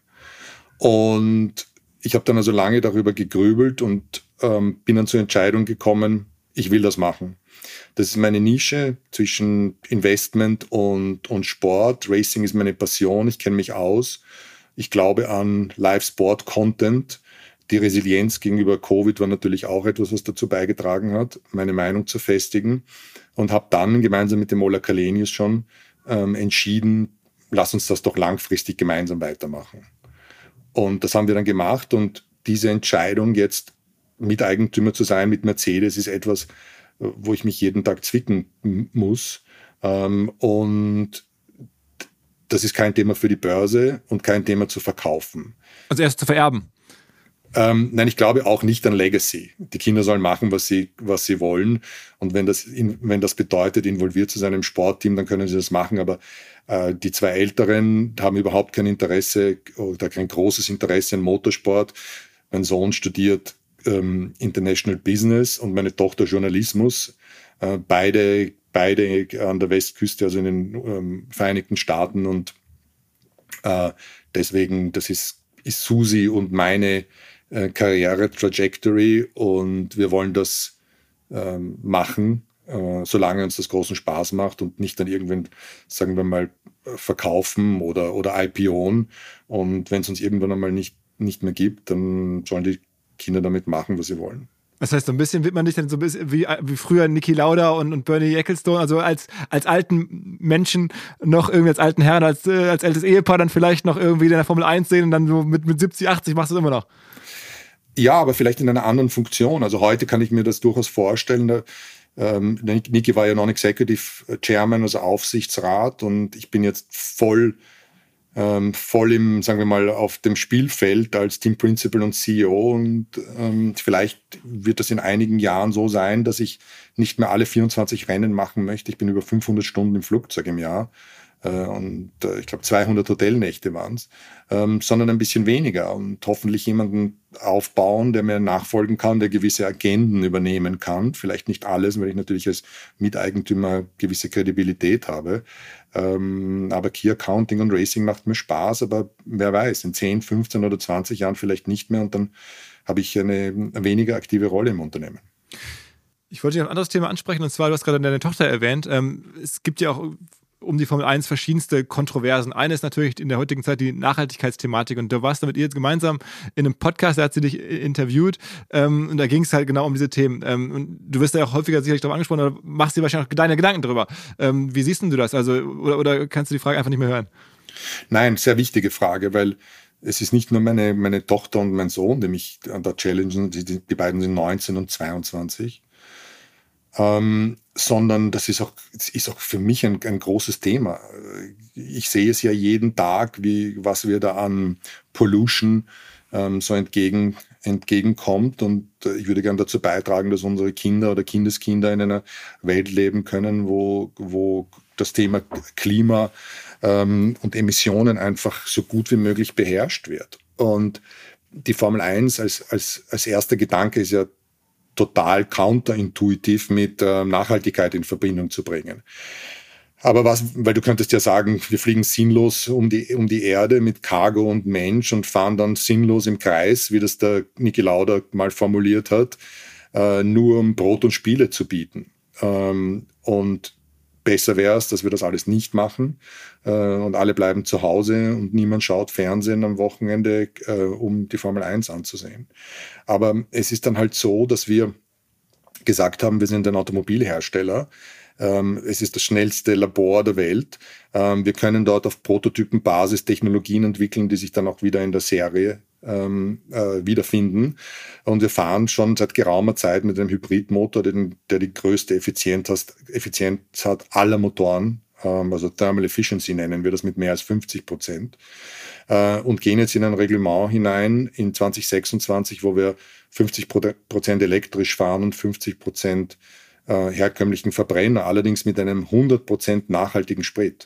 Und ich habe dann also lange darüber gegrübelt und ähm, bin dann zur Entscheidung gekommen, ich will das machen. Das ist meine Nische zwischen Investment und, und Sport. Racing ist meine Passion, ich kenne mich aus. Ich glaube an Live-Sport-Content. Die Resilienz gegenüber Covid war natürlich auch etwas, was dazu beigetragen hat, meine Meinung zu festigen. Und habe dann gemeinsam mit dem Ola Källenius schon ähm, entschieden, lass uns das doch langfristig gemeinsam weitermachen. Und das haben wir dann gemacht. Und diese Entscheidung, jetzt Miteigentümer zu sein mit Mercedes, ist etwas, wo ich mich jeden Tag zwicken muss. Ähm, und das ist kein Thema für die Börse und kein Thema zu verkaufen. Also erst zu vererben. Ähm, nein, ich glaube auch nicht an Legacy. Die Kinder sollen machen, was sie, was sie wollen. Und wenn das, in, wenn das bedeutet, involviert zu sein im Sportteam, dann können sie das machen. Aber äh, die zwei Älteren haben überhaupt kein Interesse oder kein großes Interesse an Motorsport. Mein Sohn studiert ähm, International Business und meine Tochter Journalismus. Äh, beide, beide an der Westküste, also in den ähm, Vereinigten Staaten. Und äh, deswegen, das ist, ist Susi und meine Karriere-Trajectory und wir wollen das ähm, machen, äh, solange uns das großen Spaß macht und nicht dann irgendwann, sagen wir mal, verkaufen oder, oder I P O'n. Und wenn es uns irgendwann einmal nicht, nicht mehr gibt, dann sollen die Kinder damit machen, was sie wollen. Das heißt, so ein bisschen wird man nicht dann so ein bisschen wie, wie früher Niki Lauda und, und Bernie Ecclestone, also als, als alten Menschen noch irgendwie als alten Herren, als, äh, als ältes Ehepaar dann vielleicht noch irgendwie in der Formel eins sehen und dann so mit, mit siebzig, achtzig machst du es immer noch. Ja, aber vielleicht in einer anderen Funktion. Also heute kann ich mir das durchaus vorstellen. Da, ähm, Niki war ja Non-Executive Chairman, also Aufsichtsrat, und ich bin jetzt voll, ähm, voll im, sagen wir mal, auf dem Spielfeld als Team Principal und C E O. Und ähm, vielleicht wird das in einigen Jahren so sein, dass ich nicht mehr alle vierundzwanzig Rennen machen möchte. Ich bin über fünfhundert Stunden im Flugzeug im Jahr. Und äh, ich glaube zweihundert Hotelnächte waren es, ähm, sondern ein bisschen weniger und hoffentlich jemanden aufbauen, der mir nachfolgen kann, der gewisse Agenden übernehmen kann. Vielleicht nicht alles, weil ich natürlich als Miteigentümer gewisse Kredibilität habe. Ähm, aber Key Accounting und Racing macht mir Spaß, aber wer weiß, in zehn, fünfzehn oder zwanzig Jahren vielleicht nicht mehr und dann habe ich eine weniger aktive Rolle im Unternehmen. Ich wollte noch ein anderes Thema ansprechen, und zwar, du hast gerade deine Tochter erwähnt. Ähm, es gibt ja auch um die Formel eins verschiedenste Kontroversen. Eine ist natürlich in der heutigen Zeit die Nachhaltigkeitsthematik, und du warst da mit ihr jetzt gemeinsam in einem Podcast, da hat sie dich interviewt, ähm, und da ging es halt genau um diese Themen. Ähm, und du wirst ja auch häufiger sicherlich darauf angesprochen, oder machst dir wahrscheinlich auch deine Gedanken drüber. Ähm, wie siehst denn du das? Also, oder, oder kannst du die Frage einfach nicht mehr hören? Nein, sehr wichtige Frage, weil es ist nicht nur meine, meine Tochter und mein Sohn, die mich an der challengen, die, die beiden sind neunzehn und zweiundzwanzig. ähm, sondern das ist auch, ist auch für mich ein, ein großes Thema. Ich sehe es ja jeden Tag, wie, was wir da an Pollution ähm, so entgegen, entgegenkommt, und äh, ich würde gerne dazu beitragen, dass unsere Kinder oder Kindeskinder in einer Welt leben können, wo, wo das Thema Klima ähm, und Emissionen einfach so gut wie möglich beherrscht wird. Und die Formel eins als, als, als erster Gedanke ist ja total counterintuitiv mit äh, Nachhaltigkeit in Verbindung zu bringen. Aber was, weil du könntest ja sagen, wir fliegen sinnlos um die, um die Erde mit Cargo und Mensch und fahren dann sinnlos im Kreis, wie das der Niki Lauda mal formuliert hat, äh, nur um Brot und Spiele zu bieten. Ähm, und besser wäre es, dass wir das alles nicht machen äh, und alle bleiben zu Hause und niemand schaut Fernsehen am Wochenende, äh, um die Formel eins anzusehen. Aber es ist dann halt so, dass wir gesagt haben, wir sind ein Automobilhersteller. Ähm, es ist das schnellste Labor der Welt. Ähm, wir können dort auf Prototypenbasis Technologien entwickeln, die sich dann auch wieder in der Serie ähm, äh, wiederfinden. Und wir fahren schon seit geraumer Zeit mit einem Hybridmotor, den, der die größte Effizienz hat, Effizienz hat aller Motoren, ähm, also Thermal Efficiency nennen wir das, mit mehr als fünfzig Prozent. Äh, und gehen jetzt in ein Reglement hinein in zwanzig sechsundzwanzig, wo wir fünfzig Prozent elektrisch fahren und fünfzig Prozent äh, herkömmlichen Verbrenner, allerdings mit einem hundert Prozent nachhaltigen Sprit.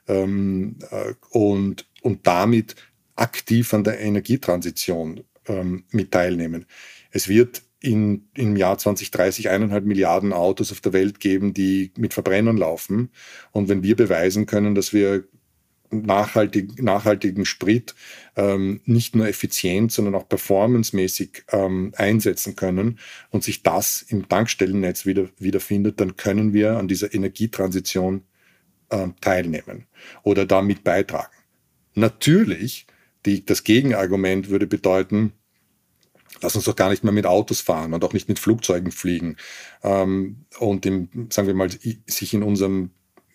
Ähm, äh, und, und damit aktiv an der Energietransition ähm, mit teilnehmen. Es wird in, im Jahr zwanzig dreißig eineinhalb Milliarden Autos auf der Welt geben, die mit Verbrennern laufen. Und wenn wir beweisen können, dass wir nachhaltig, nachhaltigen Sprit ähm, nicht nur effizient, sondern auch performancemäßig ähm, einsetzen können und sich das im Tankstellennetz wieder, wiederfindet, dann können wir an dieser Energietransition äh, teilnehmen oder damit beitragen. Natürlich, die, das Gegenargument würde bedeuten, lass uns doch gar nicht mehr mit Autos fahren und auch nicht mit Flugzeugen fliegen ähm, und im, sagen wir mal, sich in unserem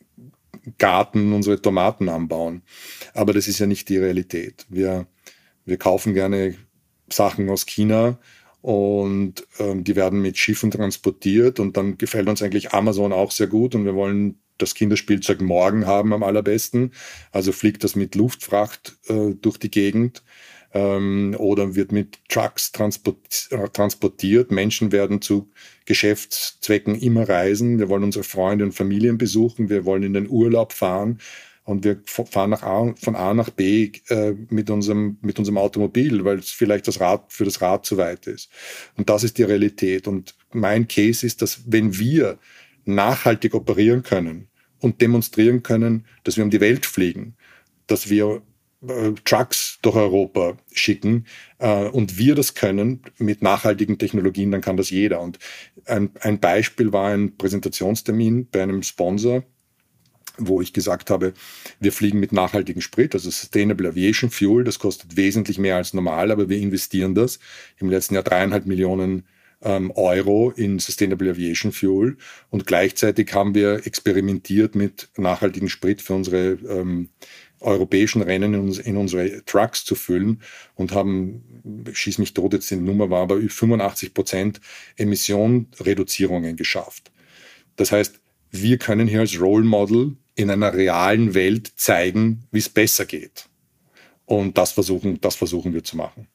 Garten unsere Tomaten anbauen. Aber das ist ja nicht die Realität. Wir, wir kaufen gerne Sachen aus China und ähm, die werden mit Schiffen transportiert und dann gefällt uns eigentlich Amazon auch sehr gut und wir wollen das Kinderspielzeug morgen haben am allerbesten. Also fliegt das mit Luftfracht äh, durch die Gegend ähm, oder wird mit Trucks transport, äh, transportiert. Menschen werden zu Geschäftszwecken immer reisen. Wir wollen unsere Freunde und Familien besuchen. Wir wollen in den Urlaub fahren. Und wir fahren nach A, von A nach B äh, mit, unserem, mit unserem Automobil, weil es vielleicht das Rad für das Rad zu weit ist. Und das ist die Realität. Und mein Case ist, dass wenn wir nachhaltig operieren können und demonstrieren können, dass wir um die Welt fliegen, dass wir äh, Trucks durch Europa schicken äh, und wir das können mit nachhaltigen Technologien, dann kann das jeder. Und ein, ein Beispiel war ein Präsentationstermin bei einem Sponsor, wo ich gesagt habe, wir fliegen mit nachhaltigem Sprit, also Sustainable Aviation Fuel, das kostet wesentlich mehr als normal, aber wir investieren das. Im letzten Jahr dreieinhalb Millionen Euro in Sustainable Aviation Fuel und gleichzeitig haben wir experimentiert mit nachhaltigem Sprit für unsere ähm, europäischen Rennen in, uns, in unsere Trucks zu füllen und haben, schieß mich tot, jetzt die Nummer war, aber fünfundachtzig Prozent Emissionreduzierungen geschafft. Das heißt, wir können hier als Role Model in einer realen Welt zeigen, wie es besser geht. Und das versuchen, das versuchen wir zu machen.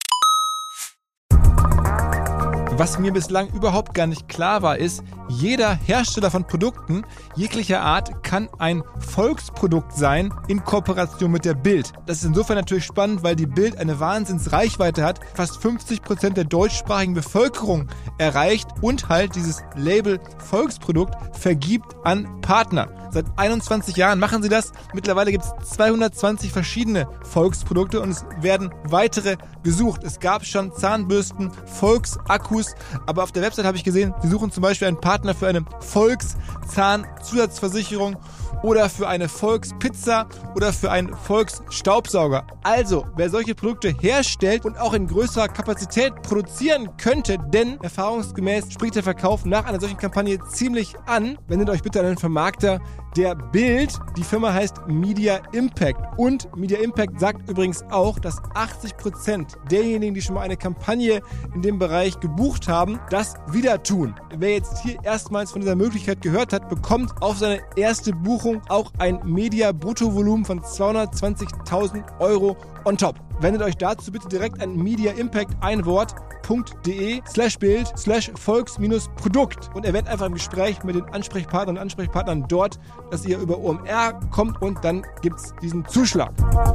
Was mir bislang überhaupt gar nicht klar war, ist, jeder Hersteller von Produkten jeglicher Art kann ein Volksprodukt sein in Kooperation mit der Bild. Das ist insofern natürlich spannend, weil die Bild eine Wahnsinnsreichweite hat, fast fünfzig Prozent der deutschsprachigen Bevölkerung erreicht und halt dieses Label Volksprodukt vergibt an Partner. Seit einundzwanzig Jahren machen sie das. Mittlerweile gibt es zweihundertzwanzig verschiedene Volksprodukte und es werden weitere gesucht. Es gab schon Zahnbürsten, Volksakkus, aber auf der Website habe ich gesehen, sie suchen zum Beispiel einen Partner für eine Volkszahnzusatzversicherung oder für eine Volkspizza oder für einen Volksstaubsauger. Also, wer solche Produkte herstellt und auch in größerer Kapazität produzieren könnte, denn erfahrungsgemäß spricht der Verkauf nach einer solchen Kampagne ziemlich an, wendet euch bitte an einen Vermarkter, der Bild. Die Firma heißt Media Impact. Und Media Impact sagt übrigens auch, dass achtzig Prozent derjenigen, die schon mal eine Kampagne in dem Bereich gebucht haben, das wieder tun. Wer jetzt hier erstmals von dieser Möglichkeit gehört hat, bekommt auf seine erste Buchung auch ein Media-Bruttovolumen von zweihundertzwanzigtausend Euro on top. Wendet euch dazu bitte direkt an Media Impact, ein Wort, .de slash Bild slash Volks minus Produkt und erwähnt einfach im Gespräch mit den Ansprechpartnern und Ansprechpartnern dort, dass ihr über O M R kommt und dann gibt's diesen Zuschlag.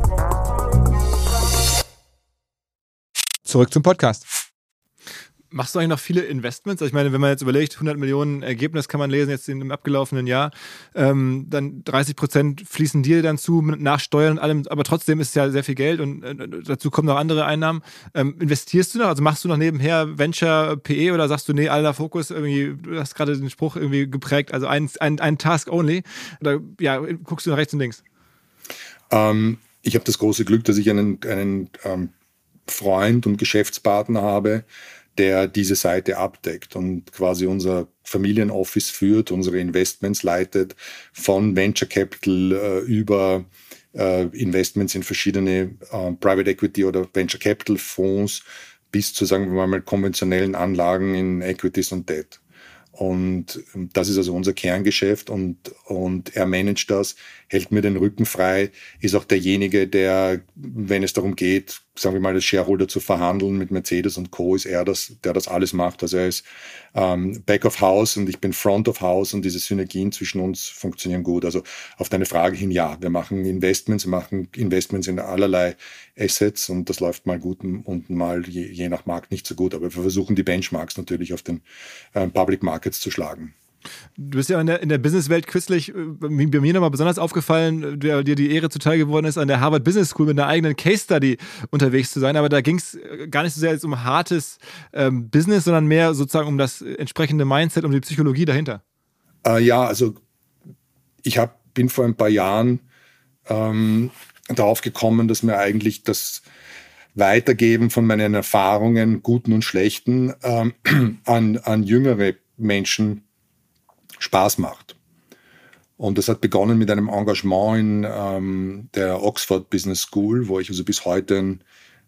Zurück zum Podcast. Machst du eigentlich noch viele Investments? Also ich meine, wenn man jetzt überlegt, hundert Millionen Ergebnis kann man lesen jetzt im abgelaufenen Jahr, ähm, dann dreißig Prozent fließen dir dann zu, nach Steuern und allem, aber trotzdem ist es ja sehr viel Geld und äh, dazu kommen noch andere Einnahmen. Ähm, investierst du noch? Also machst du noch nebenher Venture P E oder sagst du, nee, aller Fokus, irgendwie, du hast gerade den Spruch irgendwie geprägt, also ein, ein, ein Task only? Oder ja, guckst du nach rechts und links? Ähm, ich habe das große Glück, dass ich einen, einen ähm, Freund und Geschäftspartner habe, der diese Seite abdeckt und quasi unser Familienoffice führt, unsere Investments leitet, von Venture Capital äh, über äh, Investments in verschiedene äh, Private Equity oder Venture Capital Fonds bis zu, sagen wir mal, konventionellen Anlagen in Equities und Debt. Und das ist also unser Kerngeschäft und, und er managt das, hält mir den Rücken frei, ist auch derjenige, der, wenn es darum geht, sagen wir mal, als Shareholder zu verhandeln mit Mercedes und Co., ist er das, der das alles macht. Also er ist ähm, Back of House und ich bin Front of House und diese Synergien zwischen uns funktionieren gut. Also auf deine Frage hin, ja, wir machen Investments, wir machen Investments in allerlei Assets und das läuft mal gut und mal je, je nach Markt nicht so gut. Aber wir versuchen die Benchmarks natürlich auf den äh, Public Markets zu schlagen. Du bist ja in der, in der Businesswelt kürzlich, bei mir nochmal besonders aufgefallen, der dir die Ehre zuteil geworden ist, an der Harvard Business School mit einer eigenen Case Study unterwegs zu sein. Aber da ging es gar nicht so sehr jetzt um hartes ähm, Business, sondern mehr sozusagen um das entsprechende Mindset, um die Psychologie dahinter. Äh, ja, also ich hab, bin vor ein paar Jahren ähm, darauf gekommen, dass mir eigentlich das Weitergeben von meinen Erfahrungen, guten und schlechten, ähm, an, an jüngere Menschen Spaß macht. Und das hat begonnen mit einem Engagement in ähm, der Oxford Business School, wo ich also bis heute ein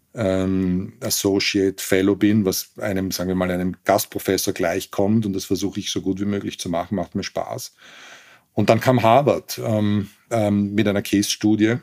ähm, Associate Fellow bin, was einem, sagen wir mal, einem Gastprofessor gleichkommt und das versuche ich so gut wie möglich zu machen, macht mir Spaß. Und dann kam Harvard ähm, ähm, mit einer Case-Studie.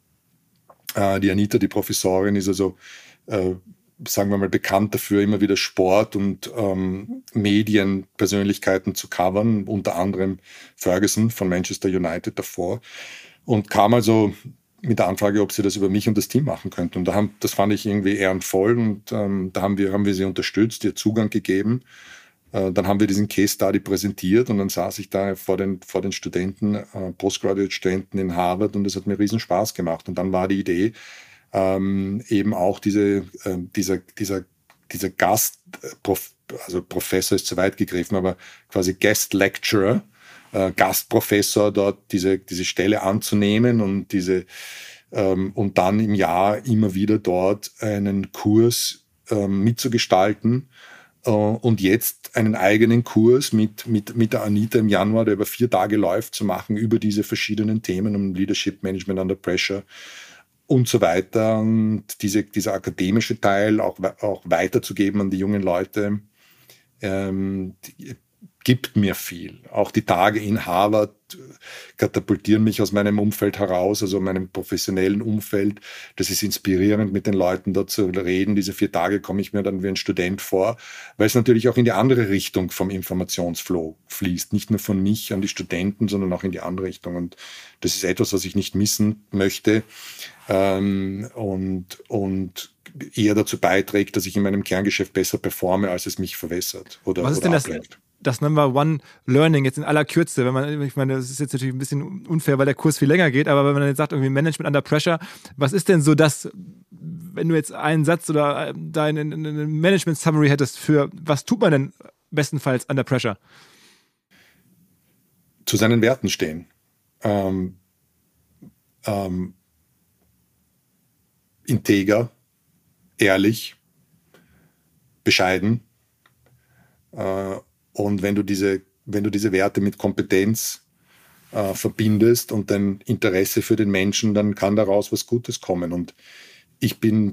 Äh, die Anita, die Professorin, ist also äh, sagen wir mal, bekannt dafür, immer wieder Sport und ähm, Medienpersönlichkeiten zu covern, unter anderem Ferguson von Manchester United davor. Und kam also mit der Anfrage, ob sie das über mich und das Team machen könnten. Und da haben, das fand ich irgendwie ehrenvoll und ähm, da haben wir, haben wir sie unterstützt, ihr Zugang gegeben. Äh, dann haben wir diesen Case Study präsentiert und dann saß ich da vor den, vor den Studenten, äh, Postgraduate-Studenten in Harvard und es hat mir riesen Spaß gemacht. Und dann war die Idee, Ähm, eben auch diese, äh, dieser, dieser, dieser Gast, Prof, also Professor ist zu weit gegriffen, aber quasi Guest Lecturer, äh, Gastprofessor dort diese, diese Stelle anzunehmen und diese, ähm, und dann im Jahr immer wieder dort einen Kurs ähm, mitzugestalten. äh, und jetzt einen eigenen Kurs mit, mit, mit der Anita im Januar, der über vier Tage läuft, zu machen über diese verschiedenen Themen um Leadership Management under Pressure und so weiter. Und diese, dieser akademische Teil auch, auch weiterzugeben an die jungen Leute, ähm, die, gibt mir viel. Auch die Tage in Harvard katapultieren mich aus meinem Umfeld heraus, also meinem professionellen Umfeld. Das ist inspirierend, mit den Leuten dort zu reden. Diese vier Tage komme ich mir dann wie ein Student vor, weil es natürlich auch in die andere Richtung vom Informationsflow fließt. Nicht nur von mich an die Studenten, sondern auch in die andere Richtung. Und das ist etwas, was ich nicht missen möchte ähm, und, und eher dazu beiträgt, dass ich in meinem Kerngeschäft besser performe, als es mich verwässert oder, Was ist oder denn ablenkt. Das? Das Number One Learning jetzt in aller Kürze, wenn man, ich meine, das ist jetzt natürlich ein bisschen unfair, weil der Kurs viel länger geht, aber wenn man jetzt sagt, irgendwie Management under Pressure, was ist denn so das, wenn du jetzt einen Satz oder deine Management Summary hättest für, was tut man denn bestenfalls under Pressure? Zu seinen Werten stehen. Ähm, ähm, integer, ehrlich, bescheiden, äh, und wenn du diese, wenn du diese Werte mit Kompetenz äh, verbindest und dein Interesse für den Menschen, dann kann daraus was Gutes kommen. Und ich bin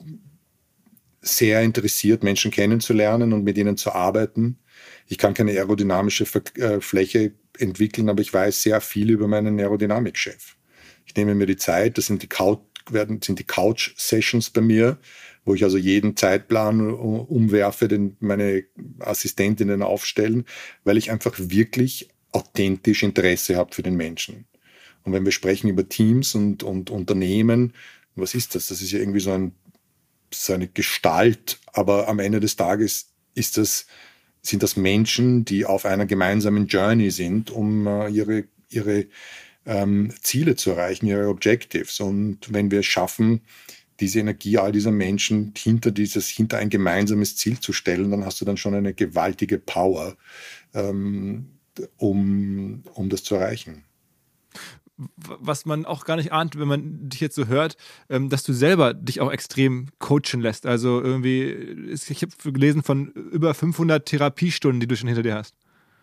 sehr interessiert, Menschen kennenzulernen und mit ihnen zu arbeiten. Ich kann keine aerodynamische Fläche entwickeln, aber ich weiß sehr viel über meinen Aerodynamikchef. Ich nehme mir die Zeit, das sind die Couch, werden, sind die Couch-Sessions bei mir, wo ich also jeden Zeitplan umwerfe, den meine Assistentinnen aufstellen, weil ich einfach wirklich authentisch Interesse habe für den Menschen. Und wenn wir sprechen über Teams und, und Unternehmen, was ist das? Das ist ja irgendwie so, ein, so eine Gestalt, aber am Ende des Tages ist das, sind das Menschen, die auf einer gemeinsamen Journey sind, um uh, ihre, ihre ähm, Ziele zu erreichen, ihre Objectives. Und wenn wir es schaffen, diese Energie all dieser Menschen hinter, dieses, hinter ein gemeinsames Ziel zu stellen, dann hast du dann schon eine gewaltige Power, ähm, um, um das zu erreichen. Was man auch gar nicht ahnt, wenn man dich jetzt so hört, dass du selber dich auch extrem coachen lässt. Also irgendwie, ich habe gelesen von über fünfhundert Therapiestunden, die du schon hinter dir hast.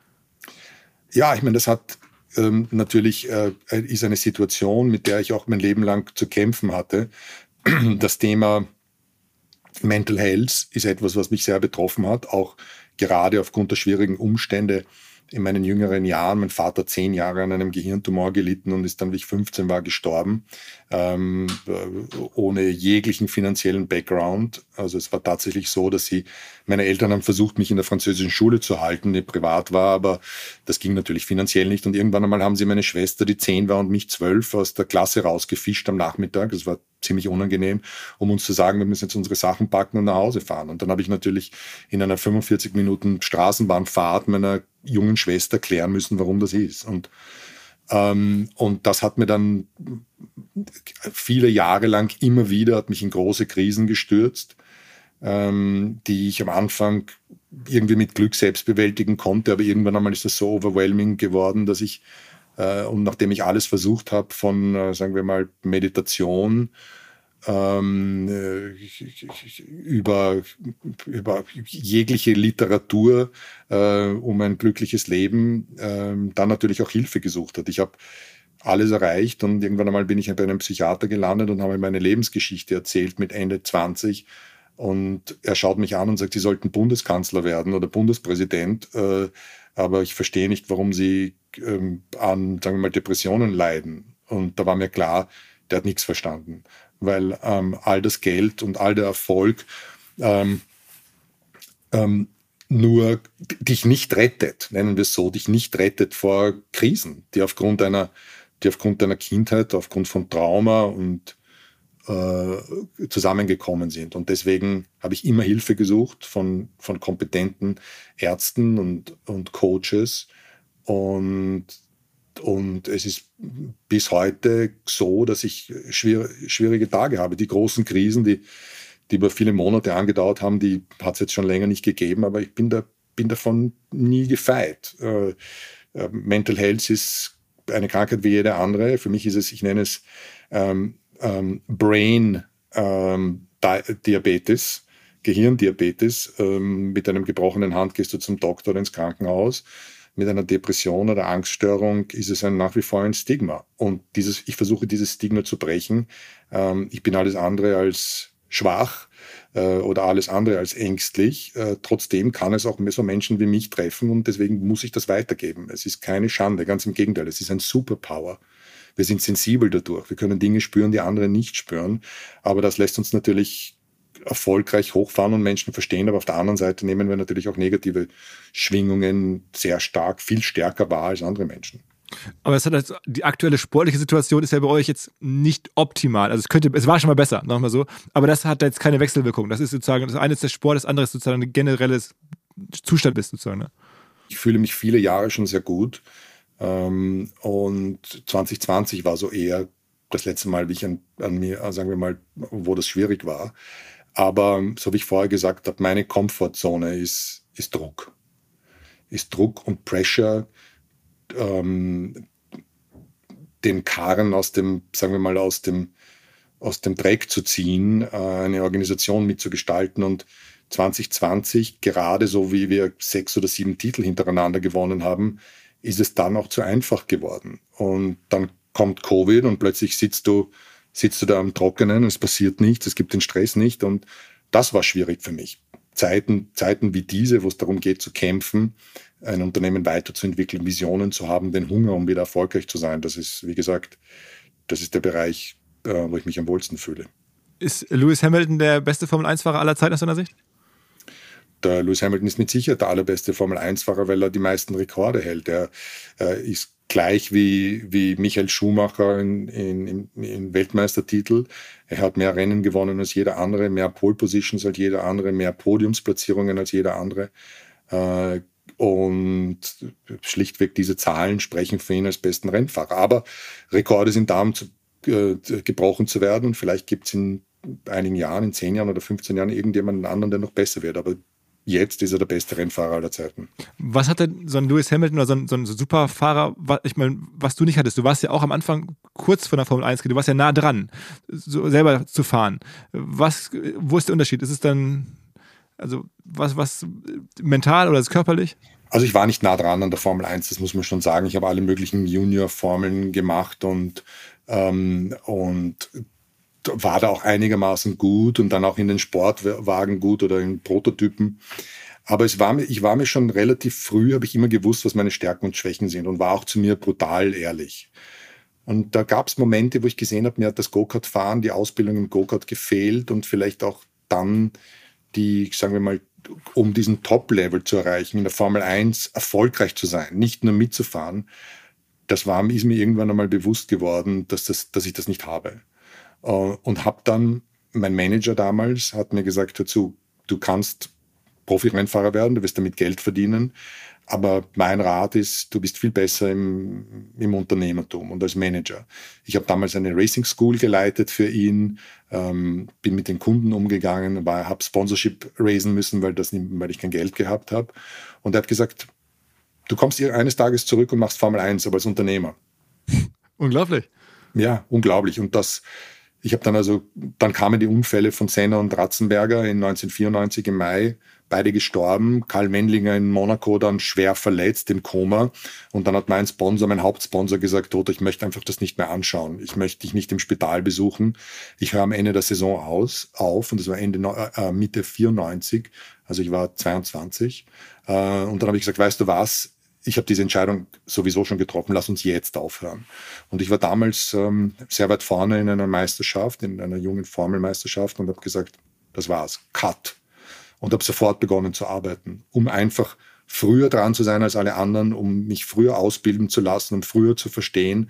Ja, ich meine, das hat ähm, natürlich, äh, ist eine Situation, mit der ich auch mein Leben lang zu kämpfen hatte. Das Thema Mental Health ist etwas, was mich sehr betroffen hat, auch gerade aufgrund der schwierigen Umstände in meinen jüngeren Jahren. Mein Vater hat zehn Jahre an einem Gehirntumor gelitten und ist dann, wie ich fünfzehn war, gestorben, ähm, ohne jeglichen finanziellen Background. Also es war tatsächlich so, dass sie, meine Eltern haben versucht, mich in der französischen Schule zu halten, die privat war, aber das ging natürlich finanziell nicht. Und irgendwann einmal haben sie meine Schwester, die zehn war und mich zwölf, aus der Klasse rausgefischt am Nachmittag. Das war ziemlich unangenehm, um uns zu sagen, wir müssen jetzt unsere Sachen packen und nach Hause fahren. Und dann habe ich natürlich in einer fünfundvierzig Minuten Straßenbahnfahrt meiner jungen Schwester klären müssen, warum das ist. Und, ähm, und das hat mir dann viele Jahre lang immer wieder, hat mich in große Krisen gestürzt, ähm, die ich am Anfang irgendwie mit Glück selbst bewältigen konnte, aber irgendwann einmal ist das so overwhelming geworden, dass ich, äh, und nachdem ich alles versucht habe, von, äh, sagen wir mal, Meditation, Ähm, über, über jegliche Literatur äh, um ein glückliches Leben, äh, dann natürlich auch Hilfe gesucht hat. Ich habe alles erreicht und irgendwann einmal bin ich bei einem Psychiater gelandet und habe meine Lebensgeschichte erzählt mit Ende zwanzig. Und er schaut mich an und sagt, Sie sollten Bundeskanzler werden oder Bundespräsident, äh, aber ich verstehe nicht, warum Sie ähm, an, sagen wir mal, Depressionen leiden. Und da war mir klar, der hat nichts verstanden. Weil ähm, all das Geld und all der Erfolg ähm, ähm, nur dich nicht rettet, nennen wir es so, dich nicht rettet vor Krisen, die aufgrund einer, die aufgrund deiner Kindheit, aufgrund von Trauma und äh, zusammengekommen sind. Und deswegen habe ich immer Hilfe gesucht von, von kompetenten Ärzten und, und Coaches. Und Und es ist bis heute so, dass ich schwierig, schwierige Tage habe. Die großen Krisen, die, die über viele Monate angedauert haben, die hat es jetzt schon länger nicht gegeben, aber ich bin, da, bin davon nie gefeit. Äh, äh, Mental Health ist eine Krankheit wie jede andere. Für mich ist es, ich nenne es ähm, ähm, Brain ähm, Diabetes, Gehirndiabetes. Ähm, mit einem gebrochenen Hand gehst du zum Doktor oder ins Krankenhaus. Mit einer Depression oder Angststörung ist es ein, nach wie vor ein Stigma. Und dieses, ich versuche, dieses Stigma zu brechen. Ähm, ich bin alles andere als schwach äh, oder alles andere als ängstlich. Äh, trotzdem kann es auch so Menschen wie mich treffen und deswegen muss ich das weitergeben. Es ist keine Schande, ganz im Gegenteil. Es ist ein Superpower. Wir sind sensibel dadurch. Wir können Dinge spüren, die andere nicht spüren. Aber das lässt uns natürlich erfolgreich hochfahren und Menschen verstehen, aber auf der anderen Seite nehmen wir natürlich auch negative Schwingungen sehr stark, viel stärker wahr als andere Menschen. Aber es hat also, die aktuelle sportliche Situation ist ja bei euch jetzt nicht optimal. Also es könnte, es war schon mal besser, sagen wir mal so, aber das hat jetzt keine Wechselwirkung. Das ist sozusagen, das eine ist der Sport, das andere ist sozusagen ein generelles Zustand ist sozusagen. Ne? Ich fühle mich viele Jahre schon sehr gut und zwanzig zwanzig war so eher das letzte Mal, wie ich an, an mir, sagen wir mal, wo das schwierig war. Aber so wie ich vorher gesagt habe, meine Komfortzone ist, ist Druck. Ist Druck und Pressure, ähm, den Karren aus dem, sagen wir mal, aus dem, aus dem Dreck zu ziehen, äh, eine Organisation mitzugestalten. Und zwanzig zwanzig, gerade so wie wir sechs oder sieben Titel hintereinander gewonnen haben, ist es dann auch zu einfach geworden. Und dann kommt Covid und plötzlich sitzt du, sitzt du da am Trockenen, es passiert nichts, es gibt den Stress nicht und das war schwierig für mich. Zeiten, Zeiten wie diese, wo es darum geht zu kämpfen, ein Unternehmen weiterzuentwickeln, Visionen zu haben, den Hunger, um wieder erfolgreich zu sein, das ist, wie gesagt, das ist der Bereich, wo ich mich am wohlsten fühle. Ist Lewis Hamilton der beste Formel eins Fahrer aller Zeiten aus deiner Sicht? Der Lewis Hamilton ist mit Sicherheit der allerbeste Formel eins Fahrer, weil er die meisten Rekorde hält. Er äh, ist gleich wie, wie Michael Schumacher in, in, in Weltmeistertitel. Er hat mehr Rennen gewonnen als jeder andere, mehr Pole Positions als jeder andere, mehr Podiumsplatzierungen als jeder andere. Äh, und schlichtweg diese Zahlen sprechen für ihn als besten Rennfahrer. Aber Rekorde sind da, um zu, äh, gebrochen zu werden. Und vielleicht gibt es in einigen Jahren, in zehn Jahren oder fünfzehn Jahren irgendjemanden anderen, der noch besser wird. Aber jetzt ist er der beste Rennfahrer aller Zeiten. Was hat denn so ein Lewis Hamilton oder so ein, so ein Superfahrer, was, ich meine, was du nicht hattest? Du warst ja auch am Anfang kurz vor der Formel eins, du warst ja nah dran, so selber zu fahren. Was, wo ist der Unterschied? Ist es dann, also was, was mental oder ist es körperlich? Also ich war nicht nah dran an der Formel eins, das muss man schon sagen. Ich habe alle möglichen Junior-Formeln gemacht und, ähm, und war da auch einigermaßen gut und dann auch in den Sportwagen gut oder in Prototypen. Aber es war mir, ich war mir schon relativ früh, habe ich immer gewusst, was meine Stärken und Schwächen sind und war auch zu mir brutal ehrlich. Und da gab es Momente, wo ich gesehen habe, mir hat das Go-Kart-Fahren, die Ausbildung im Go-Kart gefehlt und vielleicht auch dann die, sagen wir mal, um diesen Top-Level zu erreichen, in der Formel eins erfolgreich zu sein, nicht nur mitzufahren. Das war, ist mir irgendwann einmal bewusst geworden, dass, das, dass ich das nicht habe. Und habe dann, mein Manager damals hat mir gesagt dazu, du kannst Profi-Rennfahrer werden, du wirst damit Geld verdienen, aber mein Rat ist, du bist viel besser im, im Unternehmertum und als Manager. Ich habe damals eine Racing School geleitet für ihn, ähm, bin mit den Kunden umgegangen, habe Sponsorship raisen müssen, weil, das, weil ich kein Geld gehabt habe. Und er hat gesagt, du kommst eines Tages zurück und machst Formel eins, aber als Unternehmer. Unglaublich. Ja, unglaublich. Und das... Ich habe dann also, dann kamen die Unfälle von Senna und Ratzenberger in neunzehnhundertvierundneunzig im Mai, beide gestorben. Karl Wendlinger in Monaco dann schwer verletzt im Koma. Und dann hat mein Sponsor, mein Hauptsponsor gesagt, Toto, ich möchte einfach das nicht mehr anschauen. Ich möchte dich nicht im Spital besuchen. Ich höre am Ende der Saison aus, auf. Und das war Ende, äh, Mitte vierundneunzig. Also ich war zweiundzwanzig. Äh, und dann habe ich gesagt, weißt du was? Ich habe diese Entscheidung sowieso schon getroffen, lass uns jetzt aufhören. Und ich war damals ähm, sehr weit vorne in einer Meisterschaft, in einer jungen Formelmeisterschaft und habe gesagt, das war's, Cut. Und habe sofort begonnen zu arbeiten, um einfach früher dran zu sein als alle anderen, um mich früher ausbilden zu lassen und früher zu verstehen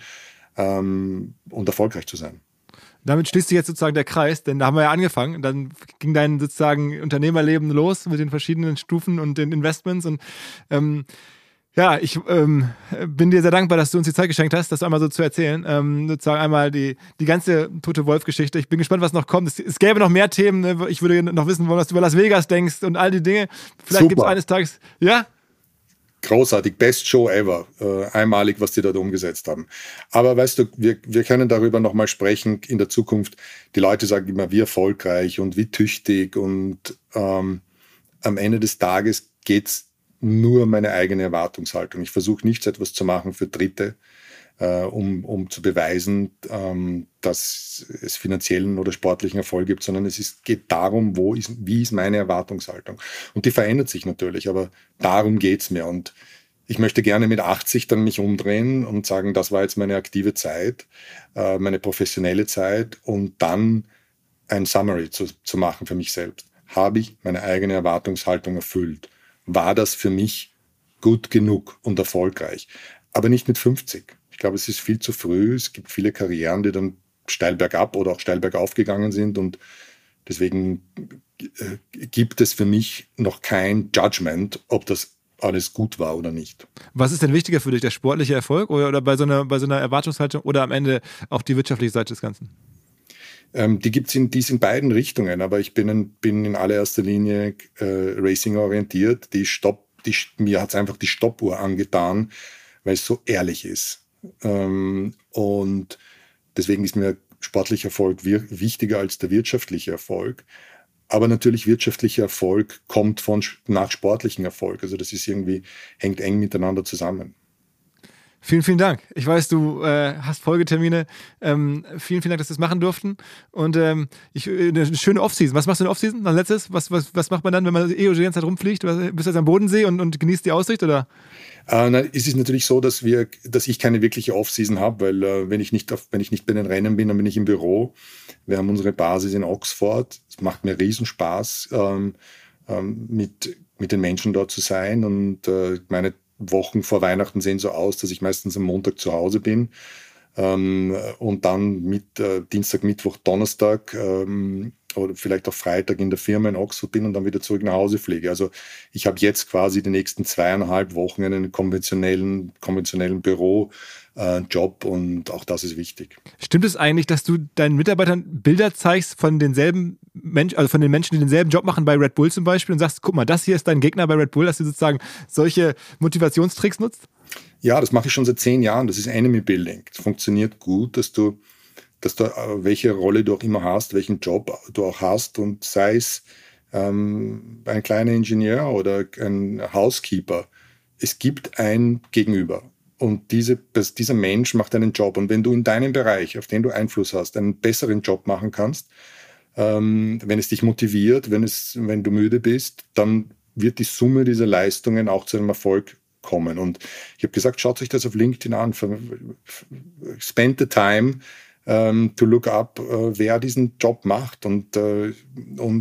ähm, und erfolgreich zu sein. Damit schließt sich jetzt sozusagen der Kreis, denn da haben wir ja angefangen. Dann ging dein sozusagen Unternehmerleben los mit den verschiedenen Stufen und den Investments und ähm, ja, ich ähm, bin dir sehr dankbar, dass du uns die Zeit geschenkt hast, das einmal so zu erzählen. Ähm, sozusagen einmal die, die ganze Toto-Wolff-Geschichte. Ich bin gespannt, was noch kommt. Es, es gäbe noch mehr Themen. Ne? Ich würde noch wissen, was du über Las Vegas denkst und all die Dinge. Vielleicht gibt es eines Tages... Ja? Großartig, best Show ever. Äh, einmalig, was die dort umgesetzt haben. Aber weißt du, wir, wir können darüber nochmal sprechen in der Zukunft. Die Leute sagen immer, wie erfolgreich und wie tüchtig. Und ähm, am Ende des Tages geht's nur meine eigene Erwartungshaltung. Ich versuche nichts etwas zu machen für Dritte, äh, um, um zu beweisen, ähm, dass es finanziellen oder sportlichen Erfolg gibt, sondern es ist, geht darum, wo ist, wie ist meine Erwartungshaltung. Und die verändert sich natürlich, aber darum geht's mir. Und ich möchte gerne mit achtzig dann mich umdrehen und sagen, das war jetzt meine aktive Zeit, äh, meine professionelle Zeit und dann ein Summary zu, zu machen für mich selbst. Habe ich meine eigene Erwartungshaltung erfüllt? War das für mich gut genug und erfolgreich? Aber nicht mit fünfzig. Ich glaube, es ist viel zu früh. Es gibt viele Karrieren, die dann steil bergab oder auch steil bergauf gegangen sind. Und deswegen äh, gibt es für mich noch kein Judgment, ob das alles gut war oder nicht. Was ist denn wichtiger für dich, der sportliche Erfolg oder, oder bei so einer, bei so einer Erwartungshaltung oder am Ende auch die wirtschaftliche Seite des Ganzen? Ähm, die gibt es in, in beiden Richtungen, aber ich bin in, bin in allererster Linie äh, Racing orientiert. Die Stopp, die, mir hat es einfach die Stoppuhr angetan, weil es so ehrlich ist. Ähm, und deswegen ist mir sportlicher Erfolg wir, wichtiger als der wirtschaftliche Erfolg. Aber natürlich wirtschaftlicher Erfolg kommt von nach sportlichem Erfolg. Also das ist irgendwie, hängt eng miteinander zusammen. Vielen, vielen Dank. Ich weiß, du äh, hast Folgetermine. Ähm, vielen, vielen Dank, dass wir das machen durften. Und ähm, ich, eine schöne Offseason. Was machst du in der Offseason? Als letztes? Was, was, was macht man dann, wenn man eh die ganze Zeit rumfliegt? Bist du jetzt am Bodensee und, und genießt die Aussicht? Oder? Äh, nein, es ist natürlich so, dass wir, dass ich keine wirkliche Offseason habe, weil äh, wenn ich nicht auf, wenn ich nicht bei den Rennen bin, dann bin ich im Büro. Wir haben unsere Basis in Oxford. Es macht mir Riesenspaß, ähm, ähm, mit, mit den Menschen dort zu sein. Und äh, meine Wochen vor Weihnachten sehen so aus, dass ich meistens am Montag zu Hause bin ähm, und dann mit äh, Dienstag, Mittwoch, Donnerstag ähm, oder vielleicht auch Freitag in der Firma in Oxford bin und dann wieder zurück nach Hause fliege. Also ich habe jetzt quasi die nächsten zweieinhalb Wochen einen konventionellen, konventionellen Büro. Job und auch das ist wichtig. Stimmt es eigentlich, dass du deinen Mitarbeitern Bilder zeigst von denselben Menschen, also von den Menschen, die denselben Job machen bei Red Bull zum Beispiel und sagst, guck mal, das hier ist dein Gegner bei Red Bull, dass du sozusagen solche Motivationstricks nutzt? Ja, das mache ich schon seit zehn Jahren. Das ist Enemy Building. Das funktioniert gut, dass du, dass du welche Rolle du auch immer hast, welchen Job du auch hast und sei es ähm, ein kleiner Ingenieur oder ein Housekeeper. Es gibt ein Gegenüber. Und diese, dieser Mensch macht einen Job. Und wenn du in deinem Bereich, auf den du Einfluss hast, einen besseren Job machen kannst, ähm, wenn es dich motiviert, wenn, es, wenn du müde bist, dann wird die Summe dieser Leistungen auch zu einem Erfolg kommen. Und ich habe gesagt, schaut euch das auf LinkedIn an. Spend the time um, to look up, uh, wer diesen Job macht. Und, uh, und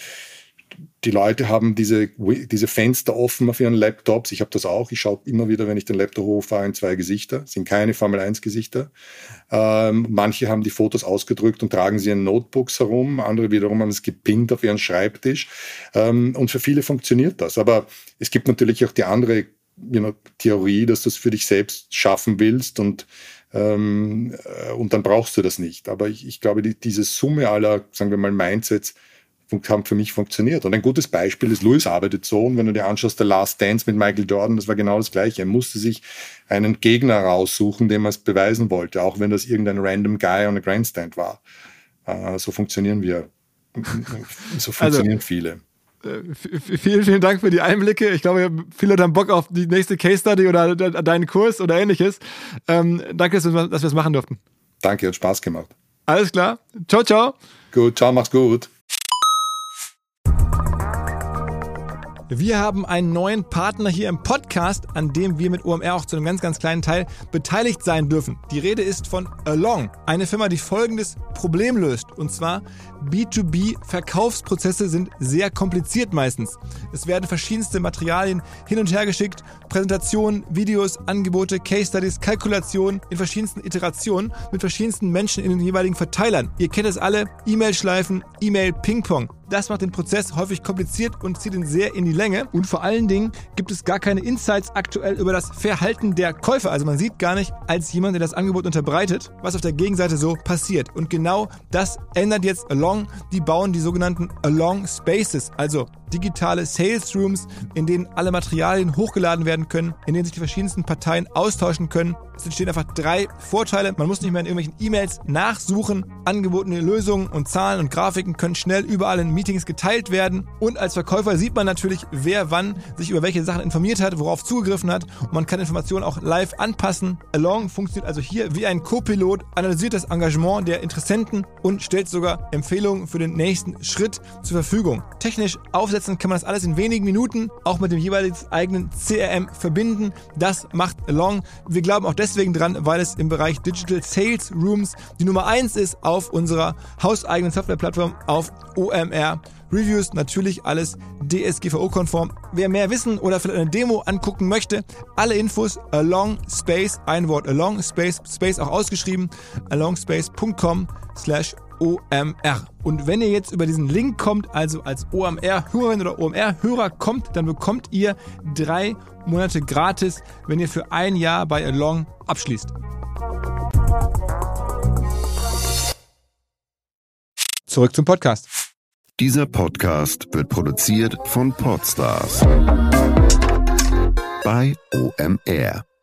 die Leute haben diese, diese Fenster offen auf ihren Laptops. Ich habe das auch. Ich schaue immer wieder, wenn ich den Laptop hochfahre, in zwei Gesichter. Das sind keine Formel eins Gesichter. Ähm, manche haben die Fotos ausgedrückt und tragen sie in Notebooks herum. Andere wiederum haben es gepinnt auf ihren Schreibtisch. Ähm, und für viele funktioniert das. Aber es gibt natürlich auch die andere you know, Theorie, dass du es für dich selbst schaffen willst und ähm, und dann brauchst du das nicht. Aber ich, ich glaube, die, diese Summe aller, sagen wir mal, Mindsets haben für mich funktioniert. Und ein gutes Beispiel ist, Lewis arbeitet so, und wenn du dir anschaust, der Last Dance mit Michael Jordan, das war genau das Gleiche. Er musste sich einen Gegner raussuchen, dem er es beweisen wollte, auch wenn das irgendein random Guy on a Grandstand war. Uh, so funktionieren wir. So funktionieren also, viele. Äh, vielen, vielen Dank für die Einblicke. Ich glaube, viele Leute haben Bock auf die nächste Case Study oder deinen Kurs oder ähnliches. Ähm, danke, dass wir es machen durften. Danke, hat Spaß gemacht. Alles klar. Ciao, ciao. Gut, ciao, mach's gut. Wir haben einen neuen Partner hier im Podcast, an dem wir mit O M R auch zu einem ganz, ganz kleinen Teil beteiligt sein dürfen. Die Rede ist von Along, eine Firma, die folgendes Problem löst. Und zwar B zwei B-Verkaufsprozesse sind sehr kompliziert meistens. Es werden verschiedenste Materialien hin und her geschickt, Präsentationen, Videos, Angebote, Case Studies, Kalkulationen in verschiedensten Iterationen mit verschiedensten Menschen in den jeweiligen Verteilern. Ihr kennt es alle, E-Mail-Schleifen, E-Mail-Ping-Pong. Das macht den Prozess häufig kompliziert und zieht ihn sehr in die Länge. Und vor allen Dingen gibt es gar keine Insights aktuell über das Verhalten der Käufer. Also man sieht gar nicht als jemand, der das Angebot unterbreitet, was auf der Gegenseite so passiert. Und genau das ändert jetzt Along. Die bauen die sogenannten Along Spaces, also digitale Sales Rooms, in denen alle Materialien hochgeladen werden können, in denen sich die verschiedensten Parteien austauschen können. Es entstehen einfach drei Vorteile. Man muss nicht mehr in irgendwelchen E-Mails nachsuchen. Angebotene Lösungen und Zahlen und Grafiken können schnell überall in Meetings geteilt werden. Und als Verkäufer sieht man natürlich, wer wann sich über welche Sachen informiert hat, worauf zugegriffen hat. Und man kann Informationen auch live anpassen. Along funktioniert also hier wie ein Co-Pilot, analysiert das Engagement der Interessenten und stellt sogar Empfehlungen für den nächsten Schritt zur Verfügung. Technisch aufsetzen kann man das alles in wenigen Minuten, auch mit dem jeweiligen eigenen C R M verbinden. Das macht Along. Wir glauben auch deswegen dran, weil es im Bereich Digital Sales Rooms die Nummer eins ist auf unserer hauseigenen Softwareplattform auf O M R. Reviews, natürlich alles D S G V O-konform. Wer mehr wissen oder vielleicht eine Demo angucken möchte, alle Infos Along Space, ein Wort Along Space, Space auch ausgeschrieben, alongspace punkt com slash O M R. Und wenn ihr jetzt über diesen Link kommt, also als O M R-Hörerin oder O M R-Hörer kommt, dann bekommt ihr drei Monate gratis, wenn ihr für ein Jahr bei Along abschließt. Zurück zum Podcast. Dieser Podcast wird produziert von Podstars bei O M R.